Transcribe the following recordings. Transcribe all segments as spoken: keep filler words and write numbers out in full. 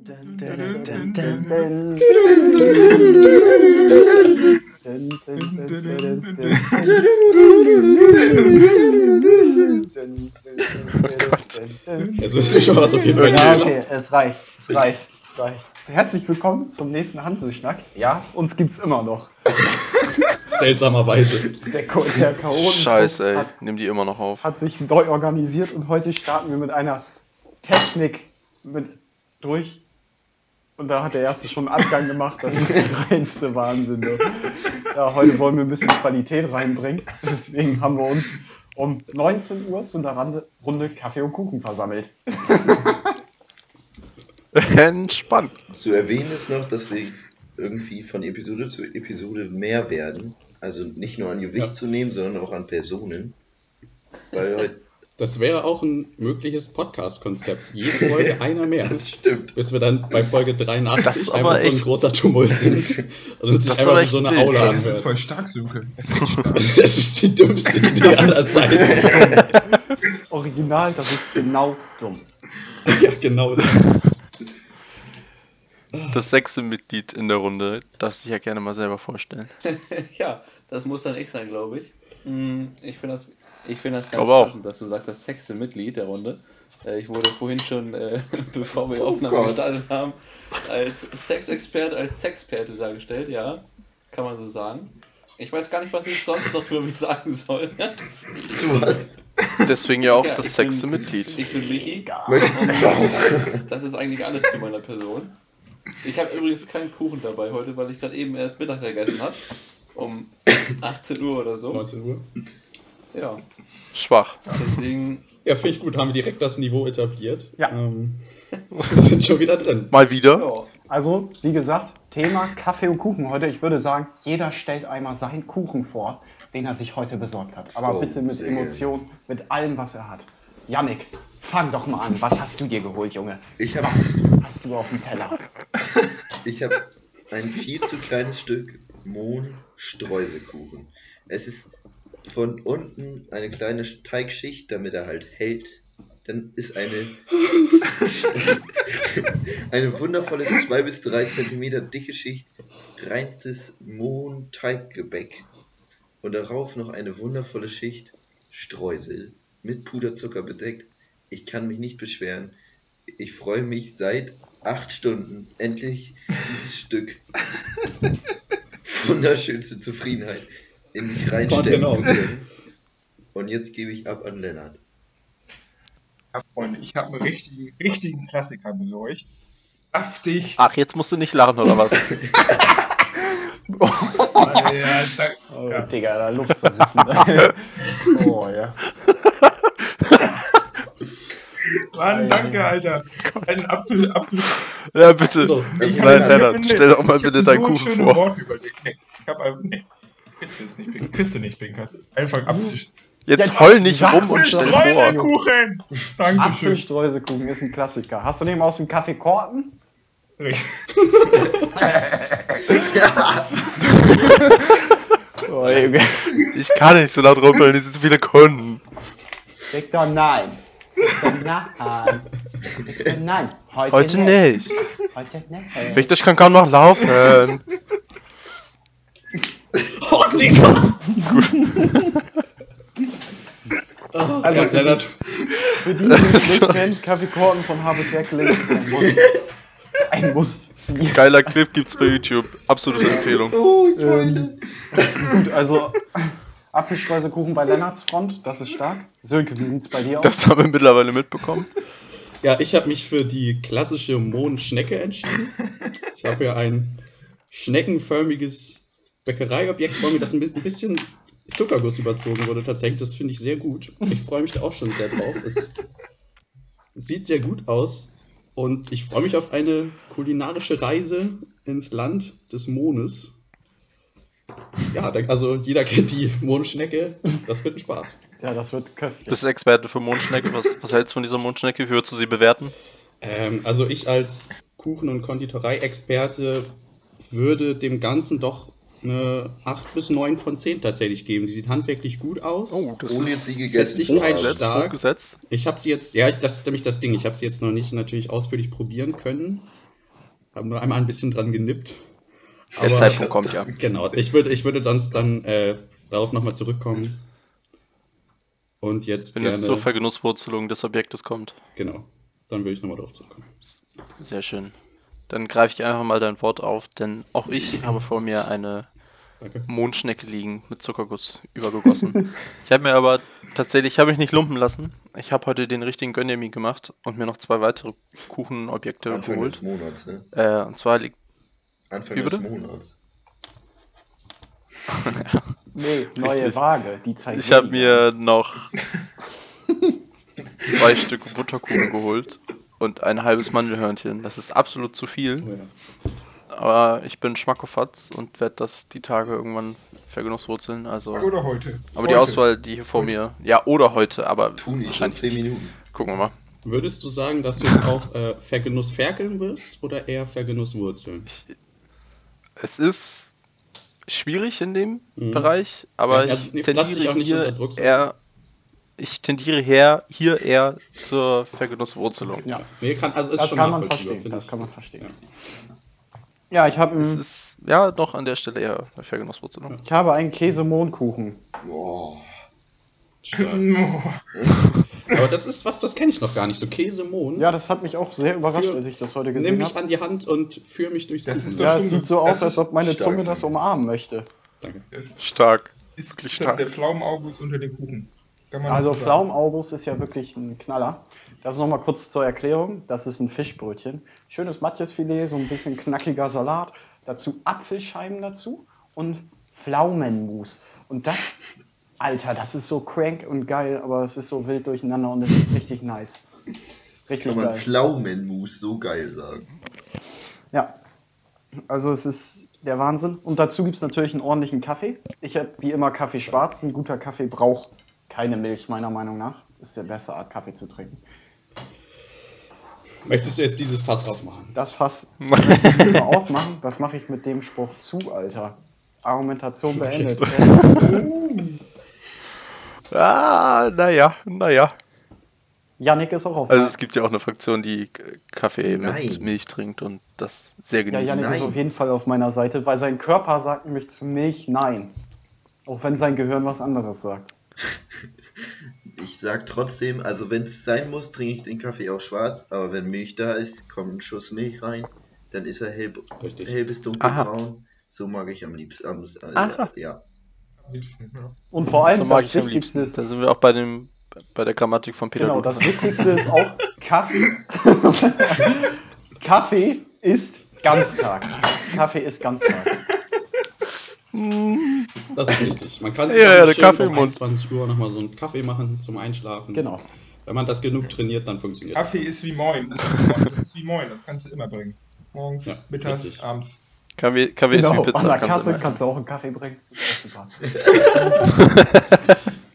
Es ist schon was auf jeden Fall. Ja, okay, es reicht, es reicht, es reicht. Herzlich willkommen zum nächsten Hanselschnack. Ja, uns gibt's immer noch. Seltsamerweise. Der, Ko- der Chaoten Scheiße, ey, hat, nimm die immer noch auf. hat sich neu organisiert und heute starten wir mit einer Technik mit durch. Und da hat der erste schon einen Abgang gemacht. Das ist der reinste Wahnsinn. Ne? Ja, heute wollen wir ein bisschen Qualität reinbringen. Deswegen haben wir uns um neunzehn Uhr zu einer Rande, Runde Kaffee und Kuchen versammelt. Entspannt. Zu erwähnen ist noch, dass wir irgendwie von Episode zu Episode mehr werden. Also nicht nur an Gewicht Ja. zu nehmen, sondern auch an Personen. Weil heute. Das wäre auch ein mögliches Podcast-Konzept. Jede Folge einer mehr. Das stimmt. Bis wir dann bei Folge Das dreiundachtzig ist einfach aber so ein echt- großer Tumult sind. Und es sich Das ist einfach aber wie so echt eine wild. Aula Das ist anhört. voll stark, Sönke. Das ist echt stark. Das ist die dümmste Idee aller Zeiten. Das Original, das ist genau dumm. Ja, genau. Das sechste Mitglied in der Runde darf sich ja gerne mal selber vorstellen. Ja, das muss dann ich sein, glaube ich. Mm, Ich finde das, ich find das ganz Glaube auch. passend, dass du sagst, das sechste Mitglied der Runde. Äh, Ich wurde vorhin schon, äh, bevor wir die Aufnahme gestartet haben, als Sexexperte, als Sexperte dargestellt, ja, kann man so sagen. Ich weiß gar nicht, was ich sonst noch über mich sagen soll. Du hast. Deswegen ja auch Ja, das ich sechste bin- Mitglied. Ich bin Michi. Möchtest Und das ist eigentlich alles zu meiner Person. Ich habe übrigens keinen Kuchen dabei heute, weil ich gerade eben erst Mittag gegessen habe. Um achtzehn Uhr oder so. neunzehn Uhr. Ja, Schwach. deswegen, Ja, finde ich gut. Haben wir direkt das Niveau etabliert. Ja. Ähm, wir sind schon wieder drin. Mal wieder. ja. Also, wie gesagt, Thema Kaffee und Kuchen heute. Ich würde sagen, jeder stellt einmal seinen Kuchen vor, den er sich heute besorgt hat. Aber Oh, bitte mit sehr Emotion, mit allem, was er hat. Yannick, fang doch mal an. Was hast du dir geholt, Junge? Ich habe Hast du auf dem Teller? ich hab ein viel zu kleines Stück Mohn-Streusekuchen. Es ist von unten eine kleine Teigschicht, damit er halt hält. Dann ist eine eine wundervolle zwei bis drei Zentimeter dicke Schicht reinstes Mohn-Teiggebäck. Und darauf noch eine wundervolle Schicht Streusel mit Puderzucker bedeckt. Ich kann mich nicht beschweren. Ich freue mich seit acht Stunden endlich dieses Stück wunderschönste Zufriedenheit in mich reinstecken Genau. zu können. Und jetzt gebe ich ab an Lennart. Ja, Freunde, ich habe einen richtigen, richtigen Klassiker besorgt. Saftig. Ach, jetzt musst du nicht lachen, oder was? Ja, da, Oh, ja. Digga, da Luft zerrissen. Oh, ja. Mann, danke, Alter. Ein Apfel, Apfel. Ja, bitte. So, Ich Nein, hab- ich hab Lennart, mir- stell doch mal ich hab bitte mir deinen so Kuchen schöne vor. Worte überlegt. Nee, ich hab einfach, nee. Kriegst du jetzt nicht, Pink. Kriegst du nicht, Pinkas. Einfach Apfel. Jetzt Jetzt heul nicht sag rum und mir stell doch. vor. Streuselkuchen! Dankeschön. Apfelstreuselkuchen ist ein Klassiker. Hast du den aus dem Kaffee Korten? Richtig. Oh, Junge. Ich kann nicht so laut rumpeln, es sind so viele Kunden. Victor, nein. Victor, nein. Victor, nein. Heute, Heute nicht. Heute nicht. Victor, ich kann kaum noch laufen. Oh, Digga! Also, Ja, Lennart. für die, die es nicht kennen, Kaffee Korten von Harvard Berkeley ist ein Muss. Ein Muss. Geiler Clip gibt's bei YouTube. Absolute Empfehlung. Ähm, gut, also Apfelstreuselkuchen bei Lennarts Front, das ist stark. Sönke, wie sieht's bei dir aus? Das haben wir mittlerweile mitbekommen. Ja, ich habe mich für die klassische Mohnschnecke entschieden. Ich habe hier ein schneckenförmiges Bäckereiobjekt vor mir, das ein bi- ein bisschen Zuckerguss überzogen wurde. Tatsächlich, das finde ich sehr gut. Ich freue mich da auch schon sehr drauf. Es sieht sehr gut aus und ich freue mich auf eine kulinarische Reise ins Land des Mohnes. Ja, da- also jeder kennt die Mohnschnecke. Das wird ein Spaß. Ja, das wird köstlich. Bist du Experte für Mondschnecke? Was, was hältst du von dieser Mondschnecke? Wie würdest du sie bewerten? Ähm, also ich als Kuchen- und Konditorei-Experte würde dem Ganzen doch eine acht bis neun von zehn tatsächlich geben. Die sieht handwerklich gut aus. Oh, das Ohne ist jetzt sie gegessen zu Festigkeit haben. hochgesetzt, stark. hochgesetzt. Ich habe sie jetzt, ja, ich- das ist nämlich das Ding, ich habe sie jetzt noch nicht natürlich ausführlich probieren können. Haben nur einmal ein bisschen dran genippt. Der Aber- Zeitpunkt kommt ja. Genau, ich würde, ich würde sonst dann äh, darauf nochmal zurückkommen. Und jetzt Wenn gerne... es zur Vergenusswurzelung des Objektes kommt. Genau, dann würde ich nochmal darauf zurückkommen. Sehr schön. Dann greife ich einfach mal dein Wort auf, denn auch ich habe vor mir eine Danke. Mondschnecke liegen mit Zuckerguss übergegossen. Ich habe mir aber tatsächlich, ich habe mich nicht lumpen lassen. Ich habe heute den richtigen Gönjamin gemacht und mir noch zwei weitere Kuchenobjekte Anfang geholt. des Monats, ne? Äh, und zwar liegt Anfang Wie des bitte? Monats. Nee, neue Richtig. Waage, die zeigt Ich habe weniger. mir noch zwei Stück Butterkuchen geholt und ein halbes Mandelhörnchen. Das ist absolut zu viel, Oh ja. aber ich bin Schmackofatz und werde das die Tage irgendwann vergenusswurzeln. Also, Oder heute. aber die Heute. Auswahl, die hier vor mir, ja, oder heute, aber Tun ich schon wahrscheinlich zehn nicht. Minuten. Gucken wir mal. Würdest du sagen, dass du es auch äh, Vergenussferkeln wirst oder eher Vergenusswurzeln? Es ist schwierig in dem Mhm. Bereich, aber Ja, also, ich nee, lass dich tendiere auch nicht unter hier Druck setzen. eher, ich tendiere her, hier eher zur Vergenusswurzelung. Ja, Nee, kann, also ist das schon kann man nachvollziehbar, verstehen. finde Das ich. kann man verstehen. Ja. Ja, ich habe Es ist, ja, doch an der Stelle eher eine Vergenusswurzelung. ich habe einen Käse-Mohnkuchen. Boah. Stark. Oh, Aber das ist was, das kenne ich noch gar nicht. So Käsemohn. Ja, das hat mich auch sehr überrascht, Für- als ich das heute Nimm gesehen mich habe. an die Hand und führe mich durchs Das Kuchen. ist doch Ja, schon es so- sieht so das aus, als ist ob meine stark Zunge das von ihm. umarmen möchte. Danke. Stark. ist, Wirklich ist das stark. der Pflaumenaugust unter den Kuchen? Kann man das Also so sagen? Pflaumenaugust ist ja wirklich ein Knaller. Das nochmal kurz zur Erklärung. Das ist ein Fischbrötchen. Schönes Matjesfilet, so ein bisschen knackiger Salat. Dazu Apfelscheiben dazu und Pflaumenmus. Und das, Alter, das ist so crank und geil, aber es ist so wild durcheinander und es ist richtig nice. Richtig Kann man geil. Pflaumenmus so geil sagen. Ja, also es ist der Wahnsinn. Und dazu gibt es natürlich einen ordentlichen Kaffee. Ich habe wie immer Kaffee schwarz. Ein guter Kaffee braucht keine Milch, meiner Meinung nach. Ist die beste Art, Kaffee zu trinken. Möchtest du jetzt dieses Fass aufmachen? Das Fass möchte ich nicht mal aufmachen. Was mache ich mit dem Spruch zu, Alter? Argumentation beendet. Ah, naja, naja. Yannick ist auch auf Also es gibt ja auch eine Fraktion, die K- Kaffee Nein. mit Milch trinkt und das sehr Ja, genießt. Yannick ist Nein. auf jeden Fall auf meiner Seite, weil sein Körper sagt nämlich zu Milch nein. Auch wenn sein Gehirn was anderes sagt. Ich sag trotzdem, also wenn es sein muss, trinke ich den Kaffee auch schwarz, aber wenn Milch da ist, kommt ein Schuss Milch rein, dann ist er hell, Richtig. hell bis dunkelbraun. So mag ich am liebsten. Am, äh, Aha. ja. Am liebsten, ja. Und vor allem So mag das ich am Wichtigste liebsten. ist, Da sind wir auch bei dem bei der Grammatik von Peter genau, Lukas. das Wichtigste ist auch Kaffee. Kaffee ist Ganztag. Kaffee ist Ganztag. Das ist richtig. Man kann sich Ja, auch ja, noch der schön Kaffee im um Mund. einundzwanzig Uhr nochmal so einen Kaffee machen zum Einschlafen. Genau. Wenn man das genug trainiert, dann funktioniert das. Kaffee ist wie Moin. Das ist wie Moin. Das ist wie Moin. Das kannst du immer bringen. Morgens, Ja, mittags, richtig. abends. Kaffee, Kaffee ist Genau, wie an Pizza. der kannst du Kasse immer- kannst du auch einen Kaffee bringen. Das ist auch super.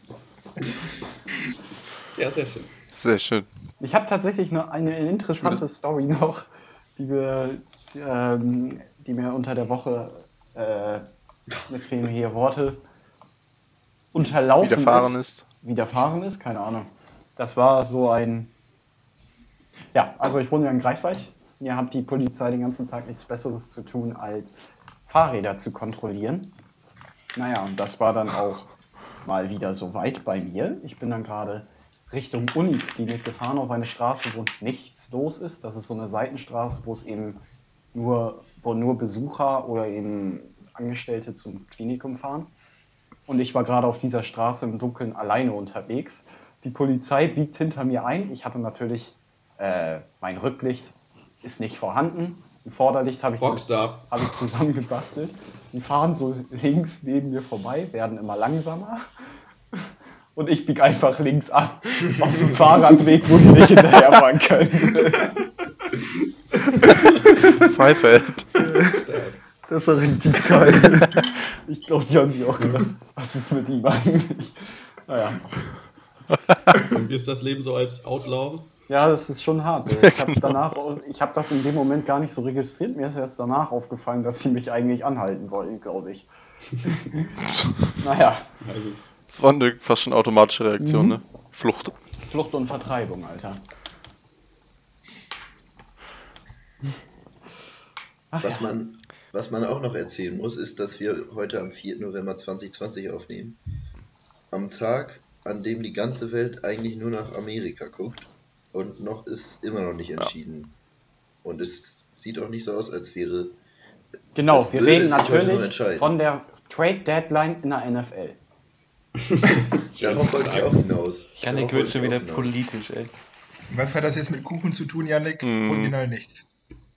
Ja, sehr schön. Sehr schön. Ich habe tatsächlich eine, eine interessante Story noch, die, wir, ähm, die mir unter der Woche, äh, mit fehlen hier Worte, unterlaufen Widerfahren ist. ist. Widerfahren ist, keine Ahnung. Das war so ein... Ja, also ich wohne ja in Greifswald. Hier hat die Polizei den ganzen Tag nichts Besseres zu tun, als Fahrräder zu kontrollieren. Naja, und das war dann auch mal wieder so weit bei mir. Ich bin dann gerade Richtung Uniklinik gefahren auf eine Straße, wo nichts los ist. Das ist so eine Seitenstraße, wo es eben nur, wo nur Besucher oder eben Angestellte zum Klinikum fahren. Und ich war gerade auf dieser Straße im Dunkeln alleine unterwegs. Die Polizei biegt hinter mir ein. Ich hatte natürlich, äh, mein Rücklicht ist nicht vorhanden. Ein Vorderlicht habe ich, Rockstar. habe ich zusammengebastelt. Die fahren so links neben mir vorbei, werden immer langsamer. Und ich biege einfach links ab auf dem Fahrradweg, wo die nicht hinterherfahren können. Pfeifeld. Stark. Das war richtig geil. Ich glaube, die haben sich auch gedacht, was ist mit ihm eigentlich? Naja. Und wie ist das Leben so als Outlaw? Ja, das ist schon hart. ey. Ich habe danach, ich habe das in dem Moment gar nicht so registriert. Mir ist erst danach aufgefallen, dass sie mich eigentlich anhalten wollten, glaube ich. Naja, Also, Das war eine fast schon automatische Reaktion, Mhm. ne? Flucht. Flucht und Vertreibung, Alter. Ach Was ja. man, was man auch noch erzählen muss, ist, dass wir heute am vierten November zweitausendzwanzig aufnehmen. Am Tag, an dem die ganze Welt eigentlich nur nach Amerika guckt. Und noch ist immer noch nicht entschieden. Und es sieht auch nicht so aus, als wäre... Genau, Das wir würde reden sich heute noch natürlich entscheiden. von der Trade Deadline in der N F L. Darauf wollte ich auch hinaus. Janik Darauf wird wollte schon ich wieder auch hinaus. politisch, ey. Was hat das jetzt mit Kuchen zu tun, Janik? Mm. Original nichts.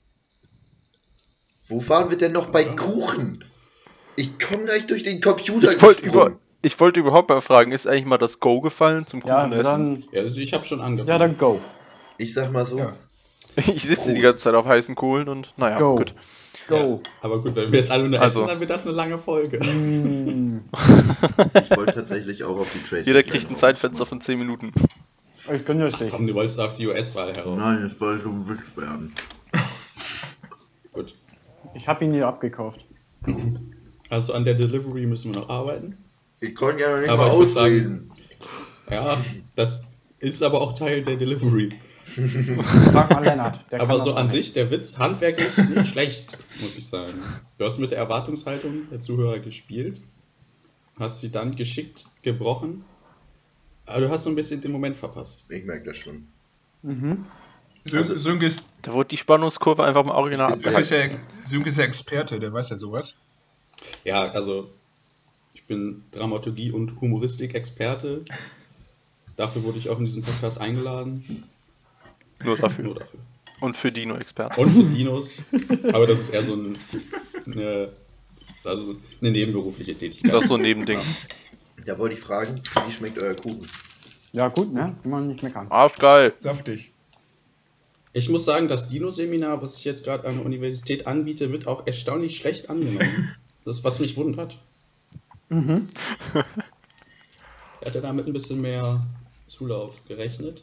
Wo waren wir denn noch bei Kuchen? Ich komme gleich durch den Computer Ich wollte gesprungen. über, ich wollte überhaupt mal fragen, ist eigentlich mal das Go gefallen zum Ja, Kuchenessen? dann, Ja, also ich habe schon angefangen. ja, dann go. Ich sag mal so, Ja. Ich sitze die Prost. ganze Zeit auf heißen Kohlen und naja, Go. gut. Go. Aber gut, wenn wir jetzt alle nur Also. essen, dann wird das eine lange Folge. Mm. ich wollte tatsächlich auch auf die Trade. Jeder kriegt ein Zeitfenster von zehn Minuten. Ich bin lustig. Komm, du wolltest auf die U S-Wahl heraus. Nein, es soll schon Witz werden. Gut. Ich habe ihn hier abgekauft. Also an der Delivery müssen wir noch arbeiten. Ich konnte ja noch nicht Aber mal ich würd sagen- ausreden. Ja, das ist aber auch Teil der Delivery. Frag mal Lennart. Der kann Aber das so an auch. sich, der Witz, handwerklich nicht schlecht, muss ich sagen. Du hast mit der Erwartungshaltung der Zuhörer gespielt, hast sie dann geschickt gebrochen, aber du hast so ein bisschen den Moment verpasst. Ich merke das schon. Mhm. Sönke Sönke ist, Da wurde die Spannungskurve einfach im Original Ich bin Sönke ist abgehackt. ja, Sönke ist ja Experte, der weiß ja sowas. Ja, also ich bin Dramaturgie- und Humoristik-Experte. Dafür wurde ich auch in diesen Podcast eingeladen. Nur dafür. Nur dafür. Und für Dino-Experten. Und für Dinos. Aber das ist eher so ein, eine, also eine nebenberufliche Tätigkeit. Das ist so ein Nebending. Da wollte ich fragen, wie schmeckt euer Kuchen? Ja, gut, ne? Kann man nicht meckern. Arschgeil. Saftig. Ich muss sagen, das Dino-Seminar, was ich jetzt gerade an der Universität anbiete, wird auch erstaunlich schlecht angenommen. Das ist, was mich wundert. Mhm. Ich hatte damit ein bisschen mehr Zulauf gerechnet.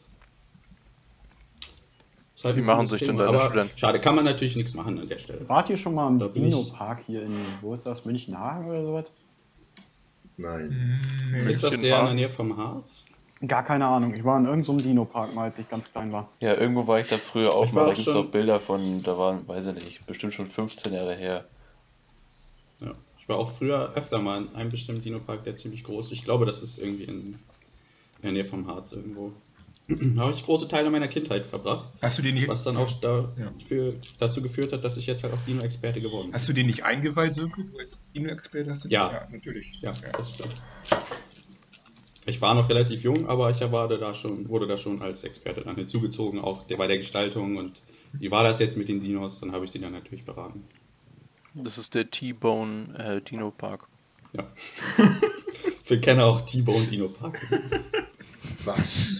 Ist halt Wie ein machen cooles sich Thema, denn deine aber Studenten? Schade, kann man natürlich nichts machen an der Stelle. Wart ihr schon mal im Da bin ich- Dino-Park hier in, wo ist das, Münchenhagen oder sowas? Nein. Nee. Ist das München der in war- der Nähe vom Harz? Gar keine Ahnung. Ich war in irgendeinem Dino-Park mal, als ich ganz klein war. Ja, irgendwo war ich da früher auch Ich mal. war Da auch gibt es schon- auch Bilder von, da waren, weiß ich nicht, bestimmt schon fünfzehn Jahre her. Ja. Ich war auch früher öfter mal in einem bestimmten Dino-Park, der ziemlich groß ist. Ich glaube, das ist irgendwie in, in der Nähe vom Harz irgendwo. Da habe ich große Teile meiner Kindheit verbracht, Hast du den nicht, was dann auch da Ja. für, dazu geführt hat, dass ich jetzt halt auch Dino-Experte geworden bin. hast du den nicht eingeweiht, Sönke? Du als Dino-Experte hast du Ja. Ja, natürlich. Ja, das stimmt. Ich war noch relativ jung, aber ich wurde da schon, wurde da schon als Experte dann hinzugezogen, auch der, bei der Gestaltung und wie war das jetzt mit den Dinos, dann habe ich die dann natürlich beraten. Das ist der T-Bone äh, Dino Park. Ja. Wir kennen auch T-Bone Dino Park. Was?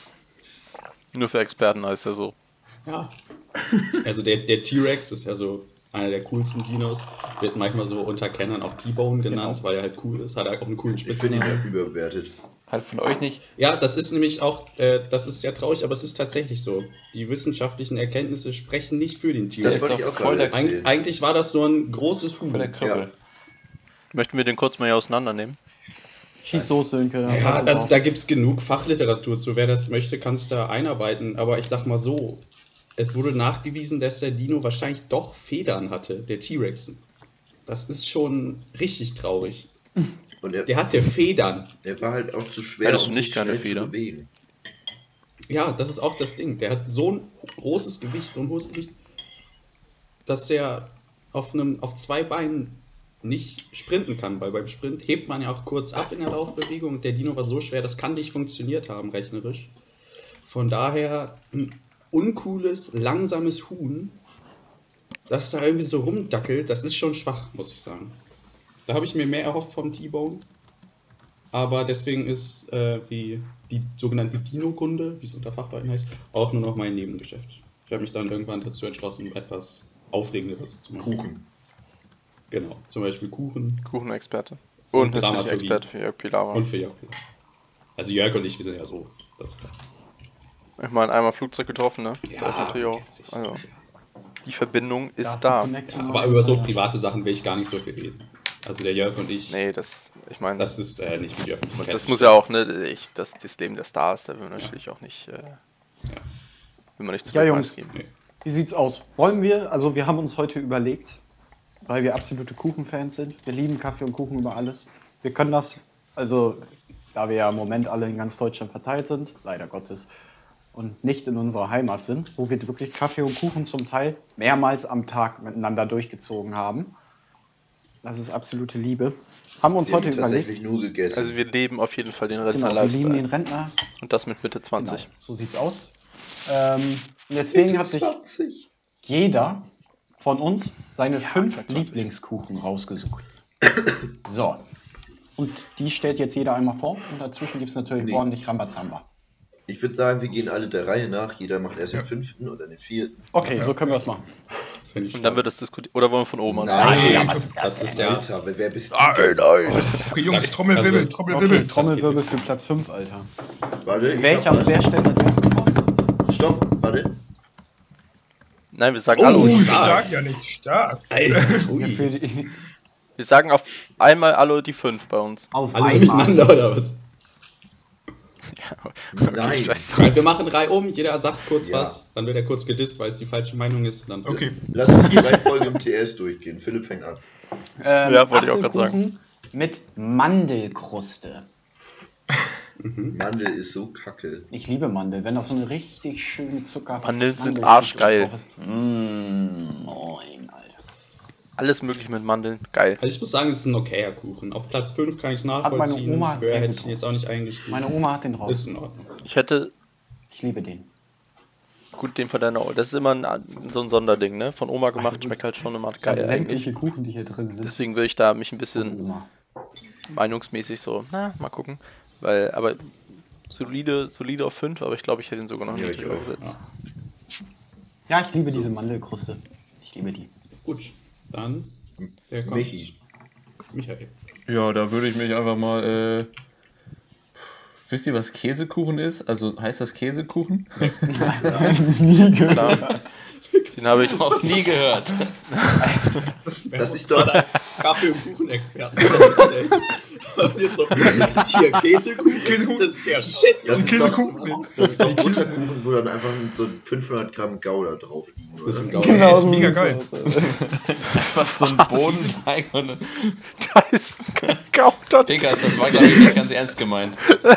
Nur für Experten heißt er so. Ja. Also der, der T-Rex ist ja so einer der coolsten Dinos, wird manchmal so unter Kennern auch T-Bone genannt, weil er halt cool ist, hat er auch einen coolen Ich finde ihn Spitznamen. ja überbewertet. Hat von euch nicht? Ja, das ist nämlich auch, äh, das ist sehr traurig, aber es ist tatsächlich so. Die wissenschaftlichen Erkenntnisse sprechen nicht für den Das T-Rex. ist wollte doch ich auch voll gerade der- Eig erzählen. eigentlich war das so ein großes Huhn. Voll der Krüppel. Möchten wir den kurz mal hier auseinandernehmen? Schieß los, Sönke. dann Ja, pass also auf. da gibt es genug Fachliteratur zu. Wer das möchte, kann es da einarbeiten. Aber ich sag mal so, es wurde nachgewiesen, dass der Dino wahrscheinlich doch Federn hatte, der T-Rex. Das ist schon richtig traurig. Und er, Der hatte Federn. er war halt auch zu schwer, Hättest du um nicht sich gerne schnell Federn? zu bewegen. Ja, das ist auch das Ding. Der hat so ein großes Gewicht, so ein hohes Gewicht, dass der auf, einem, auf zwei Beinen nicht sprinten kann, weil beim Sprint hebt man ja auch kurz ab in der Laufbewegung und der Dino war so schwer, das kann nicht funktioniert haben, rechnerisch. Von daher ein uncooles, langsames Huhn, das da irgendwie so rumdackelt, das ist schon schwach, muss ich sagen. Da habe ich mir mehr erhofft vom T-Bone, aber deswegen ist äh, die, die sogenannte Dino-Kunde, wie es unter Fachleuten heißt, auch nur noch mein Nebengeschäft. Ich habe mich dann irgendwann dazu entschlossen, etwas Aufregenderes zu machen. Kuchen. Genau, zum Beispiel Kuchen Kuchenexperte. Und, Und natürlich Dramaturgie. Experte für Jörg Pilawa. und für Jörg. Also Jörg und ich, wir sind ja so, das ist klar. Ich meine, einmal Flugzeug getroffen, ne? Ja, da ist natürlich auch. kennt sich. Also, die Verbindung Da ist die da. Connection Aber noch. über so private Sachen will ich gar nicht so viel reden. Also der Jörg und ich, Nee, das, ich meine, das ist äh, nicht für die Öffentlichkeit. das muss ja auch, ne, ich, das, das Leben der Stars, da will man natürlich auch nicht, äh, will man nicht zu Ja, viel Jungs. preisgeben. Nee. Wie sieht's aus? Wollen wir, also wir haben uns heute überlegt, weil wir absolute Kuchenfans sind. Wir lieben Kaffee und Kuchen über alles. Wir können das, also da wir ja im Moment alle in ganz Deutschland verteilt sind, leider Gottes, und nicht in unserer Heimat sind, wo wir wirklich Kaffee und Kuchen zum Teil mehrmals am Tag miteinander durchgezogen haben. Das ist absolute Liebe. Haben wir uns Wir heute haben überlegt. tatsächlich nur gegessen. Also wir leben auf jeden Fall den Genau, wir lieben den Rentner-Lifestyle. Rentner. Und das mit Mitte Genau, zwanzig. so sieht's aus. Ähm, und deswegen hat sich zwanzig. jeder von uns seine fünf zwanzig. Lieblingskuchen rausgesucht. So. Und die stellt jetzt jeder einmal vor. Und dazwischen gibt es natürlich Nee. ordentlich Rambazamba. Ich würde sagen, wir gehen alle der Reihe nach. Jeder macht erst den Ja. fünften oder den vierten. Okay, so können wir das machen. Finde ich Und dann wird das diskutiert. Oder wollen wir von oben anfangen? Nein, ja, das, was ist das das ist denn? ja. Alter, aber wer bist du? Nein, nein. Okay, Jungs, Trommelwirbel, Also- Trommelwirbel. Okay, Trommelwirbel für Platz fünf, Alter. Warte, ich Welcher, mach wer stellt als erstes vor? mal. Stopp, warte. Nein, wir sagen Oh, alle. Uh, unsere- stark. stark, ja nicht stark. Alter, Ja, ui. für die, Wir sagen auf einmal alle die fünf bei uns. auf Alle einmal. durcheinander oder was? Nein. Scheiß Weil wir machen Reihe um, jeder sagt kurz Ja. was, dann wird er kurz gedisst, weil es die falsche Meinung ist. Und dann Okay, Lass uns die Reihenfolge im T S durchgehen. Philipp fängt an. Ähm, Ja, wollte ich auch gerade Apfelkuchen mit Mandelkruste. Mandel ist so kacke. Ich liebe Mandel, wenn das so eine richtig schöne Zucker. Mandeln sind Mandelkruste arschgeil. drauf ist. Mmh, moin, Alter. Alles möglich mit Mandeln. Geil. Also ich muss sagen, es ist ein okayer Kuchen. Auf Platz fünf kann ich es meine nachvollziehen. Oma Höher sehr hätte gut ich ihn jetzt auch nicht eingestuft. Meine Oma hat den drauf. Ist in Ordnung. Ich hätte Ich liebe den. gut den von deiner Oma. Das ist immer ein, so ein Sonderding, ne? Von Oma gemacht, schmeckt halt schon immer Ich habe geil eigentlich. sämtliche Kuchen, die hier drin sind. Deswegen würde ich da mich ein bisschen Oma. meinungsmäßig so, na, mal gucken. Weil, aber solide, solide auf fünf, aber ich glaube, ich hätte ihn sogar noch Ja, ich niedriger auch. gesetzt. Ja, ich liebe diese Mandelkruste. Ich liebe die. Gut, dann wer kommt? Michi. Michael. Ja, da würde ich mich einfach mal. Äh, wisst ihr, was Käsekuchen ist? Also heißt das Käsekuchen? Klar. Den habe ich Noch nie gehört. Das ist doch. Kaffee- und Kuchenexperten. Und jetzt so, hier, Käsekuchen, das ist der Shit. Das ist, Käsekuchen. doch, das ist doch Butterkuchen, wo dann einfach so fünfhundert Gramm Gouda drauf liegen, Das ist ein oder? Gauder. Genau. ist mega geil. Was so ein Bodenteig und eine. Da ist ein Gauder. Pinkers, das war glaube ich nicht ganz ernst gemeint.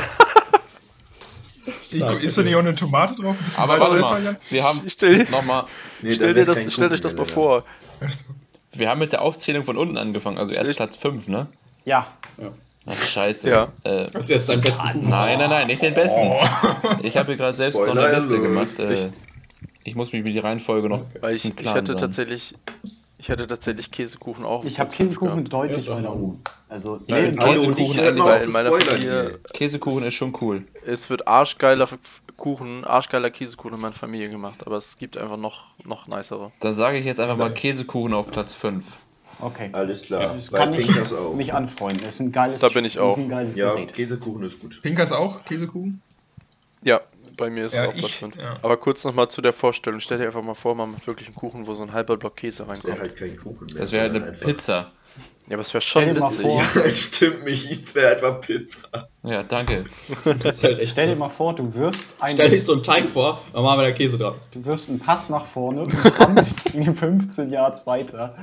Stark, Ist da nicht auch eine Tomate drauf? Ein bisschen Aber Salz warte oder mal, Pfeffer, Jan? wir haben Stell- nochmal. Nee, Stell dann dir wär's das, kein stellt Kuchen euch das mehr, mal Digga. vor. Wir haben mit der Aufzählung von unten angefangen, also erst Stell- Platz fünf, ne? Ja. Ach, scheiße. Ja. Äh, Das ist jetzt sein besten Kuchen. nein, nein, nein, nicht den besten. Ich habe hier gerade selbst noch Spoiler eine Liste alert. gemacht. Äh, Ich- ich muss mich mit die Reihenfolge noch. Weil ich, im ich Klaren hatte sein. tatsächlich, ich hatte tatsächlich Käsekuchen auch. auf Ich habe Platz fünf Käsekuchen gehabt. deutlich Ja, ist weiter auch oben. Also, Ja, nee, Käse- Hallo, Käsekuchen nicht eigentlich, immer weil auf in zu meiner spoilern Familie- hier. Käsekuchen ist schon cool. Es wird arschgeiler F- Kuchen, arschgeiler Käsekuchen in meiner Familie gemacht, aber es gibt einfach noch, noch nicere. Dann sage ich jetzt einfach mal Käsekuchen auf Platz fünf. okay. Alles klar. Das Bei kann ich Pinkers auch. mich anfreunden. Ist ein geiles, Da bin ich auch. Ist ein geiles Ja, Gerät. Käsekuchen ist gut. Pinkers auch, Käsekuchen? Ja, bei mir ist Ja, es auch ich- Platz fünf. ja. Aber kurz nochmal zu der Vorstellung. Stell dir einfach mal vor, man macht wirklich einen Kuchen, wo so ein halber Block Käse Das wäre reinkommt. halt kein Kuchen mehr. Das wäre halt sondern eine einfach- Pizza. Ja, aber es wäre schon Stell dir mal witzig. vor, Ja, stimmt, Michi, es wäre einfach Pizza. Ja, danke. Das ist halt echt stell dir so. mal vor, du wirfst Stell dich einen, so einen Teig vor, dann machen wir da Käse drauf. du wirfst einen Pass nach vorne und kommst in fünfzehn Yards weiter.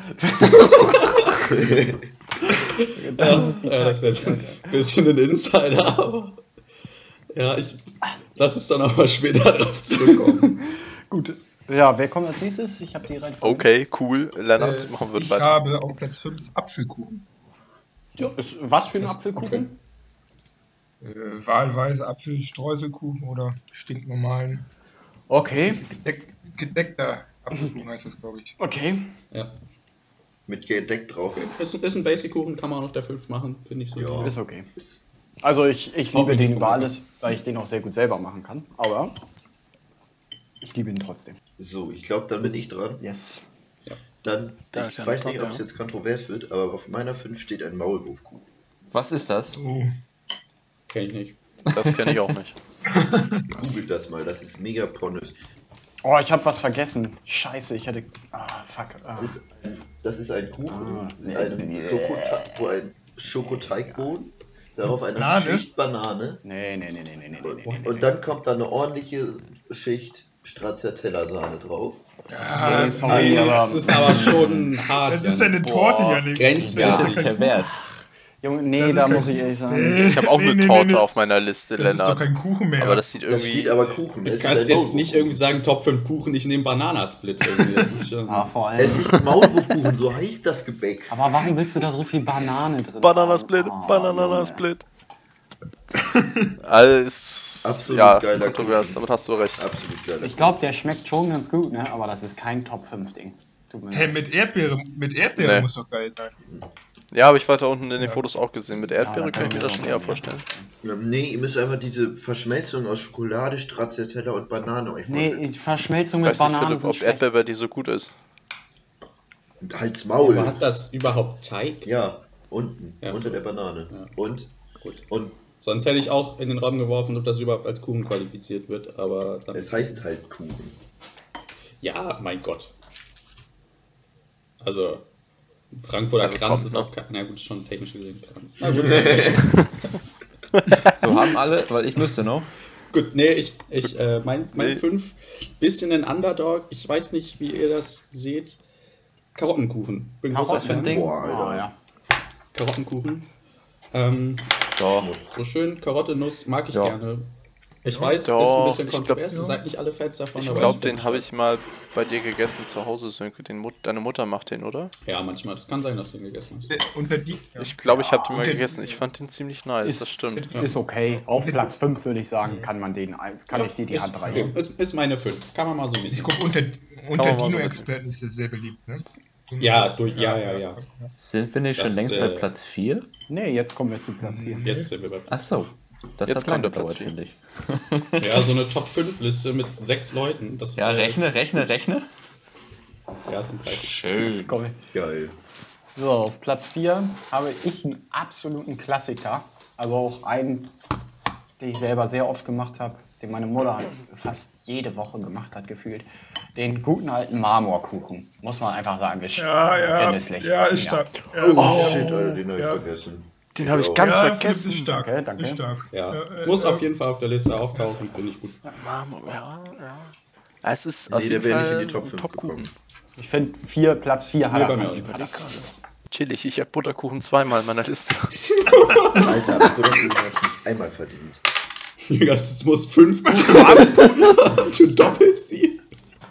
Das ist die Ja, das ist Taktik, jetzt ein bisschen ein Insider, aber ja, ich lass es dann auch mal später drauf zurückkommen. Gut. Ja, wer kommt als nächstes? Ich habe die Reihenfolge. Okay, cool. Lennart, Äh, machen wir ich weiter. habe auf Platz fünf Apfelkuchen. Ja, ist, was für ein Apfelkuchen? Äh, wahlweise Apfelstreuselkuchen oder stinknormalen Okay, gedeck, gedeckter Apfelkuchen heißt das, glaube ich. okay. Ja. Mit gedeckt drauf. Ist, ist ein Basic-Kuchen, kann man auch noch der fünf machen, finde ich so. Ja. Ist okay. Also ich, ich Auch liebe wenn den ich über vom- alles, weil ich den auch sehr gut selber machen kann. Aber ich liebe ihn trotzdem. So, ich glaube, dann bin ich dran. Yes. Dann, Da ich ist ja weiß ein nicht, ob Kopf, es ja. jetzt kontrovers wird, aber auf meiner fünf steht ein Maulwurfkuchen. Was ist das? Oh, Kenn ich nicht. Das kenne ich auch nicht. Googelt das mal, das ist mega pornös. Oh, ich habe was vergessen. Scheiße, ich hätte... Ah, fuck. Ah. Das ist, das ist ein Kuchen Ah, mit einem nee. Schokota wo ein Schokoteigboden, darauf eine Banane? Schicht Banane Nee, nee, nee, nee, nee, nee, nee, nee, und, nee. und dann kommt da eine ordentliche Schicht Stracciatella-Sahne drauf. Ja, Nee, sorry, nee, aber- Das ist aber schon hart. Das ist Jan. eine Torte, Boah. Janik. Grenzwertig. Das ist Bisschen doch kein pervers. Junge, Das nee, ist da kein- muss ich ehrlich sagen. Nee. Ich habe auch Nee, eine nee, Torte nee, nee. auf meiner Liste, Das ist doch Lennart. kein Kuchen mehr. Aber das sieht Das irgendwie. steht aber Kuchen. Du Es kannst ist ein jetzt nicht irgendwie sagen, Top fünf Kuchen, ich nehme Bananasplit irgendwie. Das ist schon. Ah, vor allem. Es ist Maulwurfkuchen, so heißt das Gebäck. Aber warum willst du da so viel Banane drin Bananasplit, haben? Oh, Bananasplit. Alles. Absolut ja, geiler kontrovers, Kuchen. damit hast du recht. Absolut geil. Ich glaube, der schmeckt schon ganz gut, ne? Aber das ist kein Top fünf Ding. Tut mir Hey, leid. mit Erdbeere, mit Erdbeere Nee. muss doch geil sein. Ja, habe ich weiter unten in den Ja. Fotos auch gesehen. Mit Ja, Erdbeere da kann ich mir das auch schon eher sein, vorstellen. Ja, nee, ihr müsst einfach diese Verschmelzung aus Schokolade, Stracciatella und Banane euch Nee, vorstellen. die Verschmelzung Ich mit weiß nicht, Bananen Philipp, sind ob schlecht. Erdbeer bei dir so gut ist. Und halt's Maul. Aber hat das überhaupt Teig? Ja, unten, Ja, unter so. der Banane. Ja. Und, Gut. und Sonst hätte ich auch in den Raum geworfen, ob das überhaupt als Kuchen qualifiziert wird, aber dann, es heißt halt Kuchen. ja, mein Gott. Also, Frankfurter Also Kranz kommt, ist ne? auch kein, na gut, schon technisch gesehen Kranz. Na gut, hast recht. So haben alle, weil ich müsste noch. Gut, nee, ich, ich, äh, mein, mein Nee. fünf, bisschen ein Underdog, ich weiß nicht, wie ihr das seht. Karottenkuchen. Bin Karotten? großer Was für ein Fan. Ding? Boah, Oh, Alter. ja. Karottenkuchen. Ähm, Doch. so schön, Karotte, Nuss mag ich Ja. gerne. Ich weiß, Doch, ist ein ich bisschen glaub- kontrovers, ihr ja. seid nicht alle Fans davon. Ich aber glaube, bin den habe stark. ich mal bei dir gegessen zu Hause, Sönke. Den Mut Deine Mutter macht den, oder? Ja, manchmal. Das kann sein, dass du ihn gegessen hast. Äh, Unter die. Ja. Ich glaube, ich habe den mal Ja. gegessen. Ich fand den ziemlich nice, Ist- das stimmt. Ja. Ist okay. Auf Platz fünf würde ich sagen, kann man den, ein- kann ich dir die ist, Hand okay. reichen. ist, ist meine fünf. Kann man mal so Ich mitnehmen. guck, unter, unter man mal so Dino-Experten ist das sehr beliebt, ne? Ja, durch, ja, ja, ja. Sind wir nicht schon Das, längst äh, bei Platz vier? Nee, jetzt kommen wir zu Platz vier. Jetzt sind wir bei. Achso. Das Jetzt hat kommt lange der Platz gedauert, vier. finde ich. Ja, so eine Top fünf Liste mit sechs Leuten. Das, Ja, äh, rechne, rechne, rechne. Ja, es sind dreißig. Schön. Komm. Geil. So, auf Platz vier habe ich einen absoluten Klassiker. Also auch einen, den ich selber sehr oft gemacht habe, den meine Mutter halt fast jede Woche gemacht hat, gefühlt. Den guten alten Marmorkuchen. Muss man einfach sagen, ist Ja, ja. genüsslich. Ja, ist Ja. stark. Ja, Oh, ja. shit, Alter, den hab ich Ja. vergessen. Den habe ich auch. ganz ja, vergessen. Ist stark. Danke, danke. Ist stark. Ja, äh, muss äh, auf jeden Fall auf der Liste auftauchen, finde ich gut. Marmor, ja, ja. Es ist Nee, auf der jeden wäre nicht Fall in die Top ein fünf Top-Kuchen. gekommen. Ich finde, vier, Platz vier hat Nee, er bei mir verdient. auch Hat er verdient. Chillig, ich habe Butterkuchen zweimal in meiner Liste. Alter, Butterkuchen hat sich einmal verdient. Das muss fünf Was? Du doppelst die?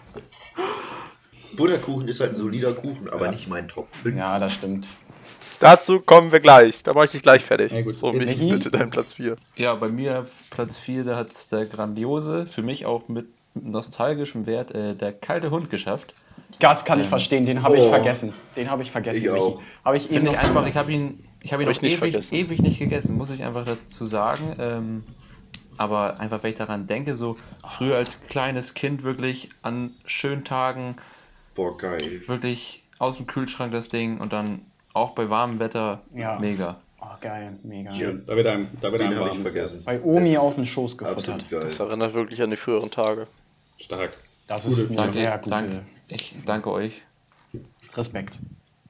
Butterkuchen ist halt ein solider Kuchen, aber nicht mein Top fünf. Ja, das stimmt. Dazu kommen wir gleich. Da mache ich dich gleich fertig. Ja, gut. So, Jetzt Michi, Michi? bitte dein Platz vier. Ja, bei mir Platz vier, da hat der grandiose, für mich auch mit nostalgischem Wert, äh, der kalte Hund geschafft. Das kann ich verstehen, den habe ich Oh. vergessen. Den habe ich vergessen. Ich Michi. auch. Habe ich eben Finde ich noch einfach, ich habe ihn, ich habe ihn Hab auch ich nicht ewig, vergessen. ewig nicht gegessen, muss ich einfach dazu sagen. Ähm, aber einfach, wenn ich daran denke, so früher als kleines Kind wirklich an schönen Tagen Boah, geil. wirklich aus dem Kühlschrank das Ding und dann auch bei warmem Wetter Ja. mega. Oh, geil, mega. Schön. Da wird einem, da wird Den einem habe ich warm ums vergessen. Herz. Bei Omi Das auf den Schoß gefuttert. Absolut geil. Das erinnert wirklich an die früheren Tage. Stark. Das Gute ist eine Danke, sehr gute danke, ich danke euch. Respekt.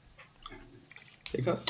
Ekas?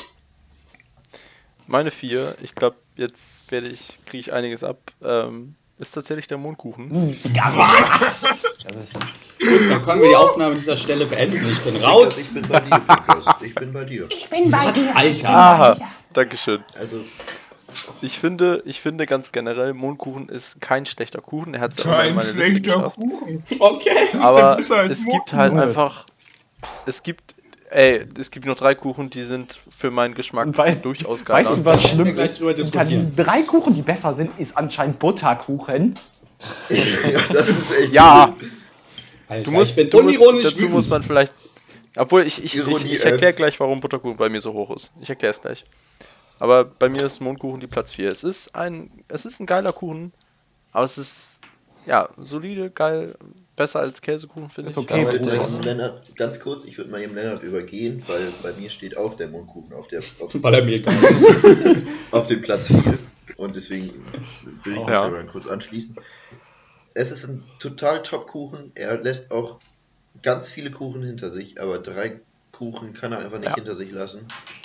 Meine vier, ich glaube, jetzt werde ich, kriege ich einiges ab, ähm, ist tatsächlich der Mondkuchen. Ja, was? Das ist, Dann können wir die Aufnahme an dieser Stelle beenden. Ich bin raus. Ich bin bei dir, Lukas. Ich bin bei dir. Ich bin bei dir. Alter. Aha, Dankeschön. Also, Ich finde, ich finde ganz generell, Mondkuchen ist kein schlechter Kuchen. Er hat es immer in Kein meine Liste schlechter geschafft. Kuchen. Okay. Aber besser als es gibt halt Mondkuchen. einfach, es gibt, ey, es gibt noch drei Kuchen, die sind für meinen Geschmack Und wei- durchaus geil. weißt du, was wir schlimm gleich ist? drüber Unter diskutieren. diesen drei Kuchen, die besser sind, ist anscheinend Butterkuchen. ja, das ist echt. Ja, Alter, du musst, ich bin du musst unironisch dazu wütend. muss man vielleicht, obwohl ich, ich, ich, Ironie, ich erkläre äh. gleich, warum Butterkuchen bei mir so hoch ist. Ich erkläre es gleich. Aber bei mir ist Mondkuchen die Platz vier. Es ist ein, es ist ein geiler Kuchen, aber es ist, ja, solide, geil, besser als Käsekuchen, finde Ist ich. okay, Ich Aber würde der- mal eben Lennart, ganz kurz, ich würde mal eben Lennart übergehen, weil bei mir steht auch der Mondkuchen auf, der, auf, Weil er mir egal ist. auf dem Platz vier. Und deswegen will ich mich Ja. da mal kurz anschließen. Es ist ein total Top-Kuchen. Er lässt auch ganz viele Kuchen hinter sich, aber drei Kuchen kann er einfach nicht Ja. hinter sich lassen.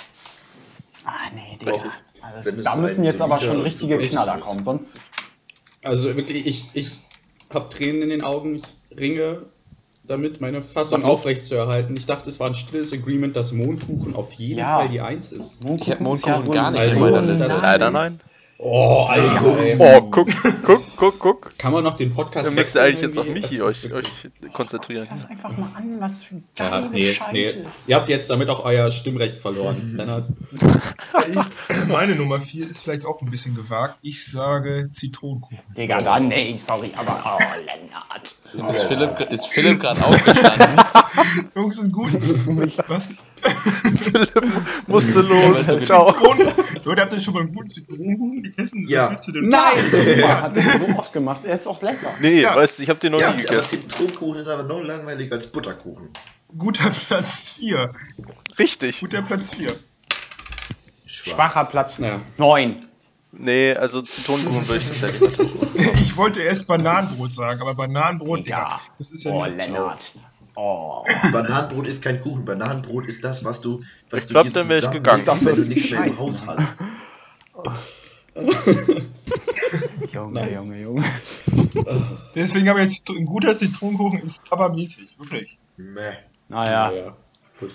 Ah, nee, Digga. Richtig. Also Wenn es da ein müssen jetzt aber solider schon richtige Superkuchen Knaller ist. kommen, sonst. Also wirklich, ich, ich habe Tränen in den Augen, ich ringe damit meine Fassung Sag auf. aufrechtzuerhalten. Ich dachte, es war ein stilles Agreement, dass Mondkuchen auf jeden Ja. Fall die Eins ist. Ich hab ist Mondkuchen wohl gar nicht in so meiner nice. Liste. Leider nein. Oh, Alter, ey. Oh, guck, guck, guck, guck. Kann man noch den Podcast Dann müsst ihr wechseln eigentlich jetzt auf irgendwie? Michi Das euch, ist euch wirklich- konzentrieren. Lass einfach mal an, was für Ja, geile nee, Scheiße. nee. Ihr habt jetzt damit auch euer Stimmrecht verloren. Lennart. Meine Nummer vier ist vielleicht auch ein bisschen gewagt. Ich sage Zitronenkuchen. Digga, dann, nee, sorry, aber oh, Lennart. Ist Philipp, ist Philipp gerade aufgestanden? Jungs sind gut. Was? Musste los. Ja, Ciao. Leute, habt ihr schon mal einen guten Zitronenkuchen gegessen? Ja. Was willst du denn? Nein! Ja, hat er so oft gemacht. Er ist auch lecker. Nee, Ja. weißt du, ich hab den noch Ja, nie aber gegessen. Zitronenkuchen ist aber noch langweiliger als Butterkuchen. Guter Platz vier. Richtig. Guter Platz vier. Schwach. Schwacher Platz Ja. neun. Nee, also Zitronenkuchen würde ich tatsächlich nicht tun. Ich wollte erst Bananenbrot sagen, aber Bananenbrot, Digga, Ja. das ist ja Oh, nicht Lennart. Oh. Bananenbrot ist kein Kuchen. Bananenbrot ist das, was du, was Ich du glaub, dir dann wär ich zusammen gegangen. isst, Das wenn du ist nichts mehr im Scheiß, Haus Mann. hast. Junge, Nice. Junge, Junge. Deswegen habe ich jetzt ein guter Zitronenkuchen ist Papa-mäßig, wirklich. Meh. Naja. Ja, gut.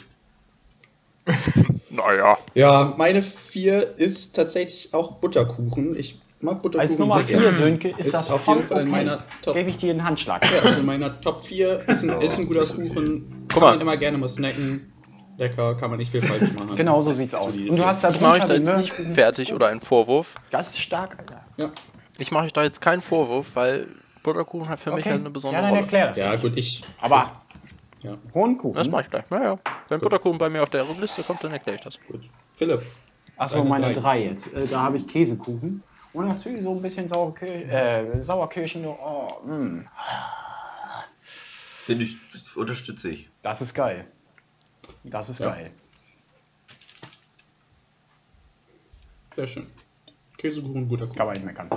Naja. Ja, meine vier ist tatsächlich auch Butterkuchen. Ich mag Butterkuchen Als Nummer sehr vier, gerne. Sönke, ist, Ist das auf voll jeden Fall in okay. meiner Top- Gebe ich dir einen Handschlag. Ja, ist in meiner Top vier. Ist ein, ist ein guter ist okay. Kuchen. Guck Kann mal. man immer gerne mal snacken. Lecker, kann man nicht viel falsch machen. Genau so sieht's aus. Und du hast da Ich mache euch drunter da den jetzt nicht Möhren. fertig oder einen Vorwurf. Das ist stark, Alter. Ja, Ich mache euch da jetzt keinen Vorwurf, weil Butterkuchen hat für mich halt eine besondere ja, dann Rolle. erklär das. ja gut, ich. Aber Ja, hohen Kuchen. Das mache ich gleich. Naja. Wenn Butterkuchen bei mir auf der Liste kommt, dann erkläre ich das. gut. Philipp. Achso, Deine meine drei. drei jetzt. Äh, da habe ich Käsekuchen. Und natürlich so ein bisschen Sauerkir äh, Sauerkirschen. Oh, mm. Finde ich, das unterstütze ich. Das ist geil. Das ist Ja. geil. Sehr schön. Käsekuchen, guter Kuchen. Kann man nicht meckern.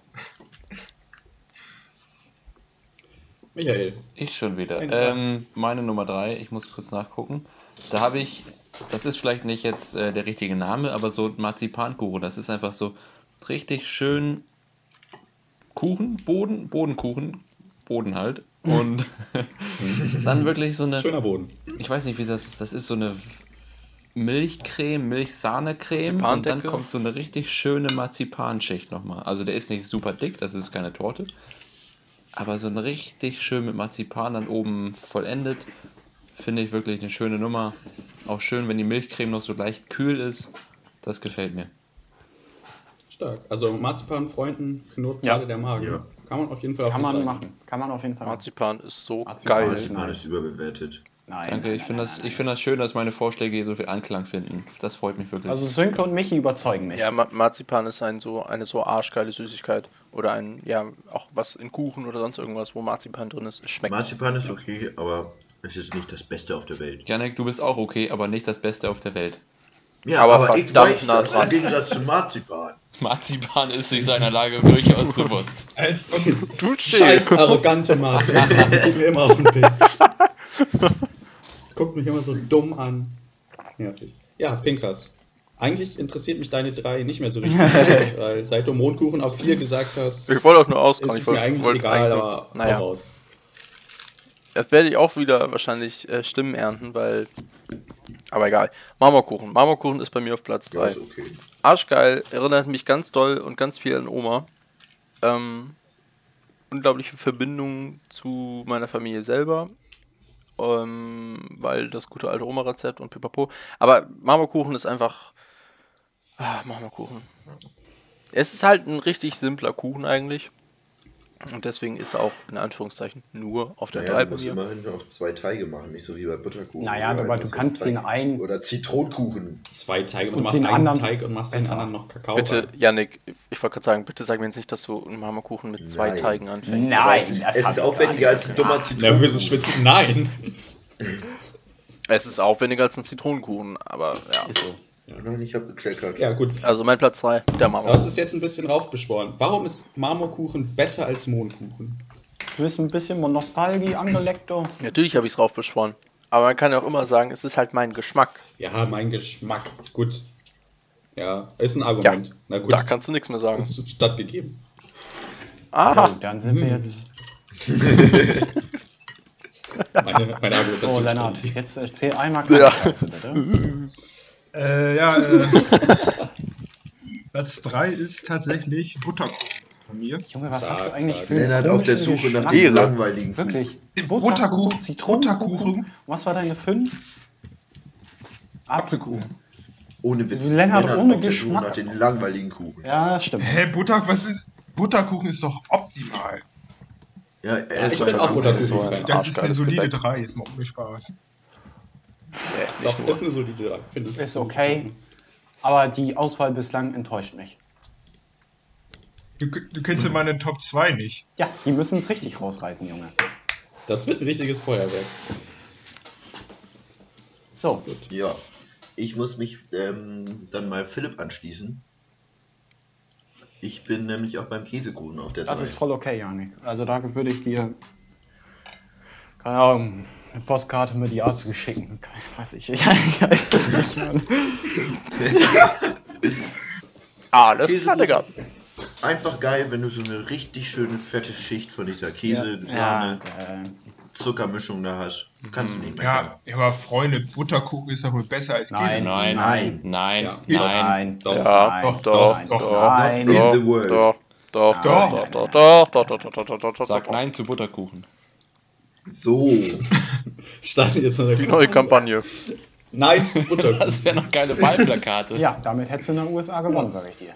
Michael. Ich schon wieder. Ein Tag. Ähm, meine Nummer drei, ich muss kurz nachgucken. Da habe ich, das ist vielleicht nicht jetzt äh, der richtige Name, aber so Marzipankuchen. Das ist einfach so richtig schön Kuchen, Boden, Bodenkuchen, Boden halt. Und dann wirklich so eine, Schöner Boden. ich weiß nicht wie das, das ist so eine Milchcreme, Milchsahne-Creme und dann Marzipandecke. kommt so eine richtig schöne Marzipanschicht nochmal. Also der ist nicht super dick, das ist keine Torte. Aber so ein richtig schön mit Marzipan dann oben vollendet, finde ich wirklich eine schöne Nummer. Auch schön, wenn die Milchcreme noch so leicht kühl ist. Das gefällt mir. Stark. Also Marzipan-Freunden knurrt Ja. gerade der Magen. Ja. Kann man auf jeden Fall auf Kann die man drei machen. Kann man auf jeden Fall machen. Marzipan ist so Marzipan geil. ist- Marzipan ist überbewertet. Nein. Danke, ich finde das, ich finde das schön, dass meine Vorschläge hier so viel Anklang finden. Das freut mich wirklich. Also Sönke und Michi überzeugen mich. Ja, Ma Marzipan ist ein so, eine so arschgeile Süßigkeit. Oder ein, ja, auch was in Kuchen oder sonst irgendwas, wo Marzipan drin ist, schmeckt. Marzipan ist okay, aber es ist nicht das Beste auf der Welt. Janek, du bist auch okay, aber nicht das Beste auf der Welt. Ja, Aber aber, ich verdammt weiß nah das, dran. im Gegensatz zu Marzipan. Marzipan ist sich seiner Lage durchaus bewusst. Als ob Du Scheiß arrogante Marzipan. Geht mir immer auf den Piss. Guckt mich immer so dumm an. Nervig. Ja, Pinkers. Eigentlich interessiert mich deine drei nicht mehr so richtig, weil seit du Mondkuchen auf vier gesagt hast, Ich wollte auch nur ist auskommen. es Ich mir wollte eigentlich wollte egal, eigentlich- aber naja. hau raus. Jetzt werde ich auch wieder wahrscheinlich äh, Stimmen ernten, weil. Aber egal. Marmorkuchen. Marmorkuchen ist bei mir auf Platz Ja, drei. ist okay. Arschgeil, erinnert mich ganz doll und ganz viel an Oma. Ähm, unglaubliche Verbindung zu meiner Familie selber. Ähm, weil das gute alte Oma-Rezept und pipapo. Aber Marmorkuchen ist einfach. Ah, Marmorkuchen. Es ist halt ein richtig simpler Kuchen eigentlich. Und deswegen ist er auch in Anführungszeichen nur auf der Naja, drei du bei musst mir. immerhin noch zwei Teige machen, nicht so wie bei Butterkuchen. Naja, Oder aber einfach du so kannst einen den Teig. einen- Oder Zitronenkuchen. Zwei Teige und Und du machst den einen anderen Teig und machst den besser. anderen noch Kakao. Bitte, rein. Yannick, ich wollte gerade sagen, bitte sag mir jetzt nicht, dass du einen Marmorkuchen mit zwei Nein. Teigen anfängst. Nein, es ist, das es hab ist ich aufwendiger gar als ein nicht dummer gemacht. Nervöses Zitronenkuchen. Schwitzen. Nein! Es ist aufwendiger als ein Zitronenkuchen, aber ja. Ist so. Ja, nein, ich habe gekleckert. Ja, gut. Also mein Platz zwei, der Du Marmorkuchen. hast es jetzt ein bisschen raufbeschworen. Warum ist Marmorkuchen besser als Mondkuchen? Du bist ein bisschen Nostalgie angeleckt. du. Natürlich habe ich es raufbeschworen. Aber man kann ja auch immer sagen, es ist halt mein Geschmack. Ja, mein Geschmack. Gut. Ja, ist ein Argument. Ja, Na gut, Da kannst du nichts mehr sagen. ist stattgegeben. So, Aha. dann sind wir jetzt. Meine, meine Argumentation So, Lennart, stimmt. jetzt erzähl einmal keine Ja. Scheiße, bitte. Äh, ja, äh. Platz drei ist tatsächlich Butterkuchen von mir. Junge, was Stark, hast du eigentlich stark. für einen Lennart auf der komischen Suche nach Geschmack? dem Ehre. langweiligen Kuchen. Wirklich. Butterkuchen, Zitronenkuchen. Butterkuchen. Und was war deine fünf? Apfelkuchen. Ohne Witz. Lennart ohne auf der Suche Geschmack. nach den langweiligen Kuchen. Ja, das stimmt. Hä, Butter, was will, Butterkuchen ist doch optimal. Ja, er Ich ist bin auch Butterkuchen ist so Butterkuchen-Fan. ein Das ist eine arschgeiles solide Gebäck. drei, es macht mir Spaß. Nee, Doch, nicht ist nur. eine solide Drei, finde ich. Ist okay. Aber die Auswahl bislang enttäuscht mich. Du, du kennst ja meine Top zwei nicht. Ja, die müssen es richtig rausreißen, Junge. Das wird ein richtiges Feuerwerk. So, Ja, ich muss mich ähm, dann mal Philipp anschließen. Ich bin nämlich auch beim Käsekuchen auf der das drei. ist voll okay, Janik. Also da würde ich dir, keine Ahnung, eine Postkarte mit die Art zu schicken. Weiß ich, ich weiß es nicht, Mann. Alles Käsekuchen. klar, Digga. Einfach geil, wenn du so eine richtig schöne fette Schicht von dieser Käse, Sahne, Ja, äh, Zuckermischung da hast. Du kannst nicht mehr. Ja, ja, aber Freunde, Butterkuchen ist doch wohl besser als Nein. Käse. Nein, Nein. nein, Ja. nein. nein, Doch. Ja, nein, doch, doch, nein, doch, nein, In Doch, the world. doch, doch, Doch. doch, doch, doch, doch, doch, doch, doch, doch, doch, doch, Sag doch. nein zu Butterkuchen. So. Starten jetzt noch eine Die neue Kampagne. Nein zum Butterkuchen. Das wäre noch geile Wahlplakate. Ja, damit hättest du in den U S A gewonnen, sag ich dir.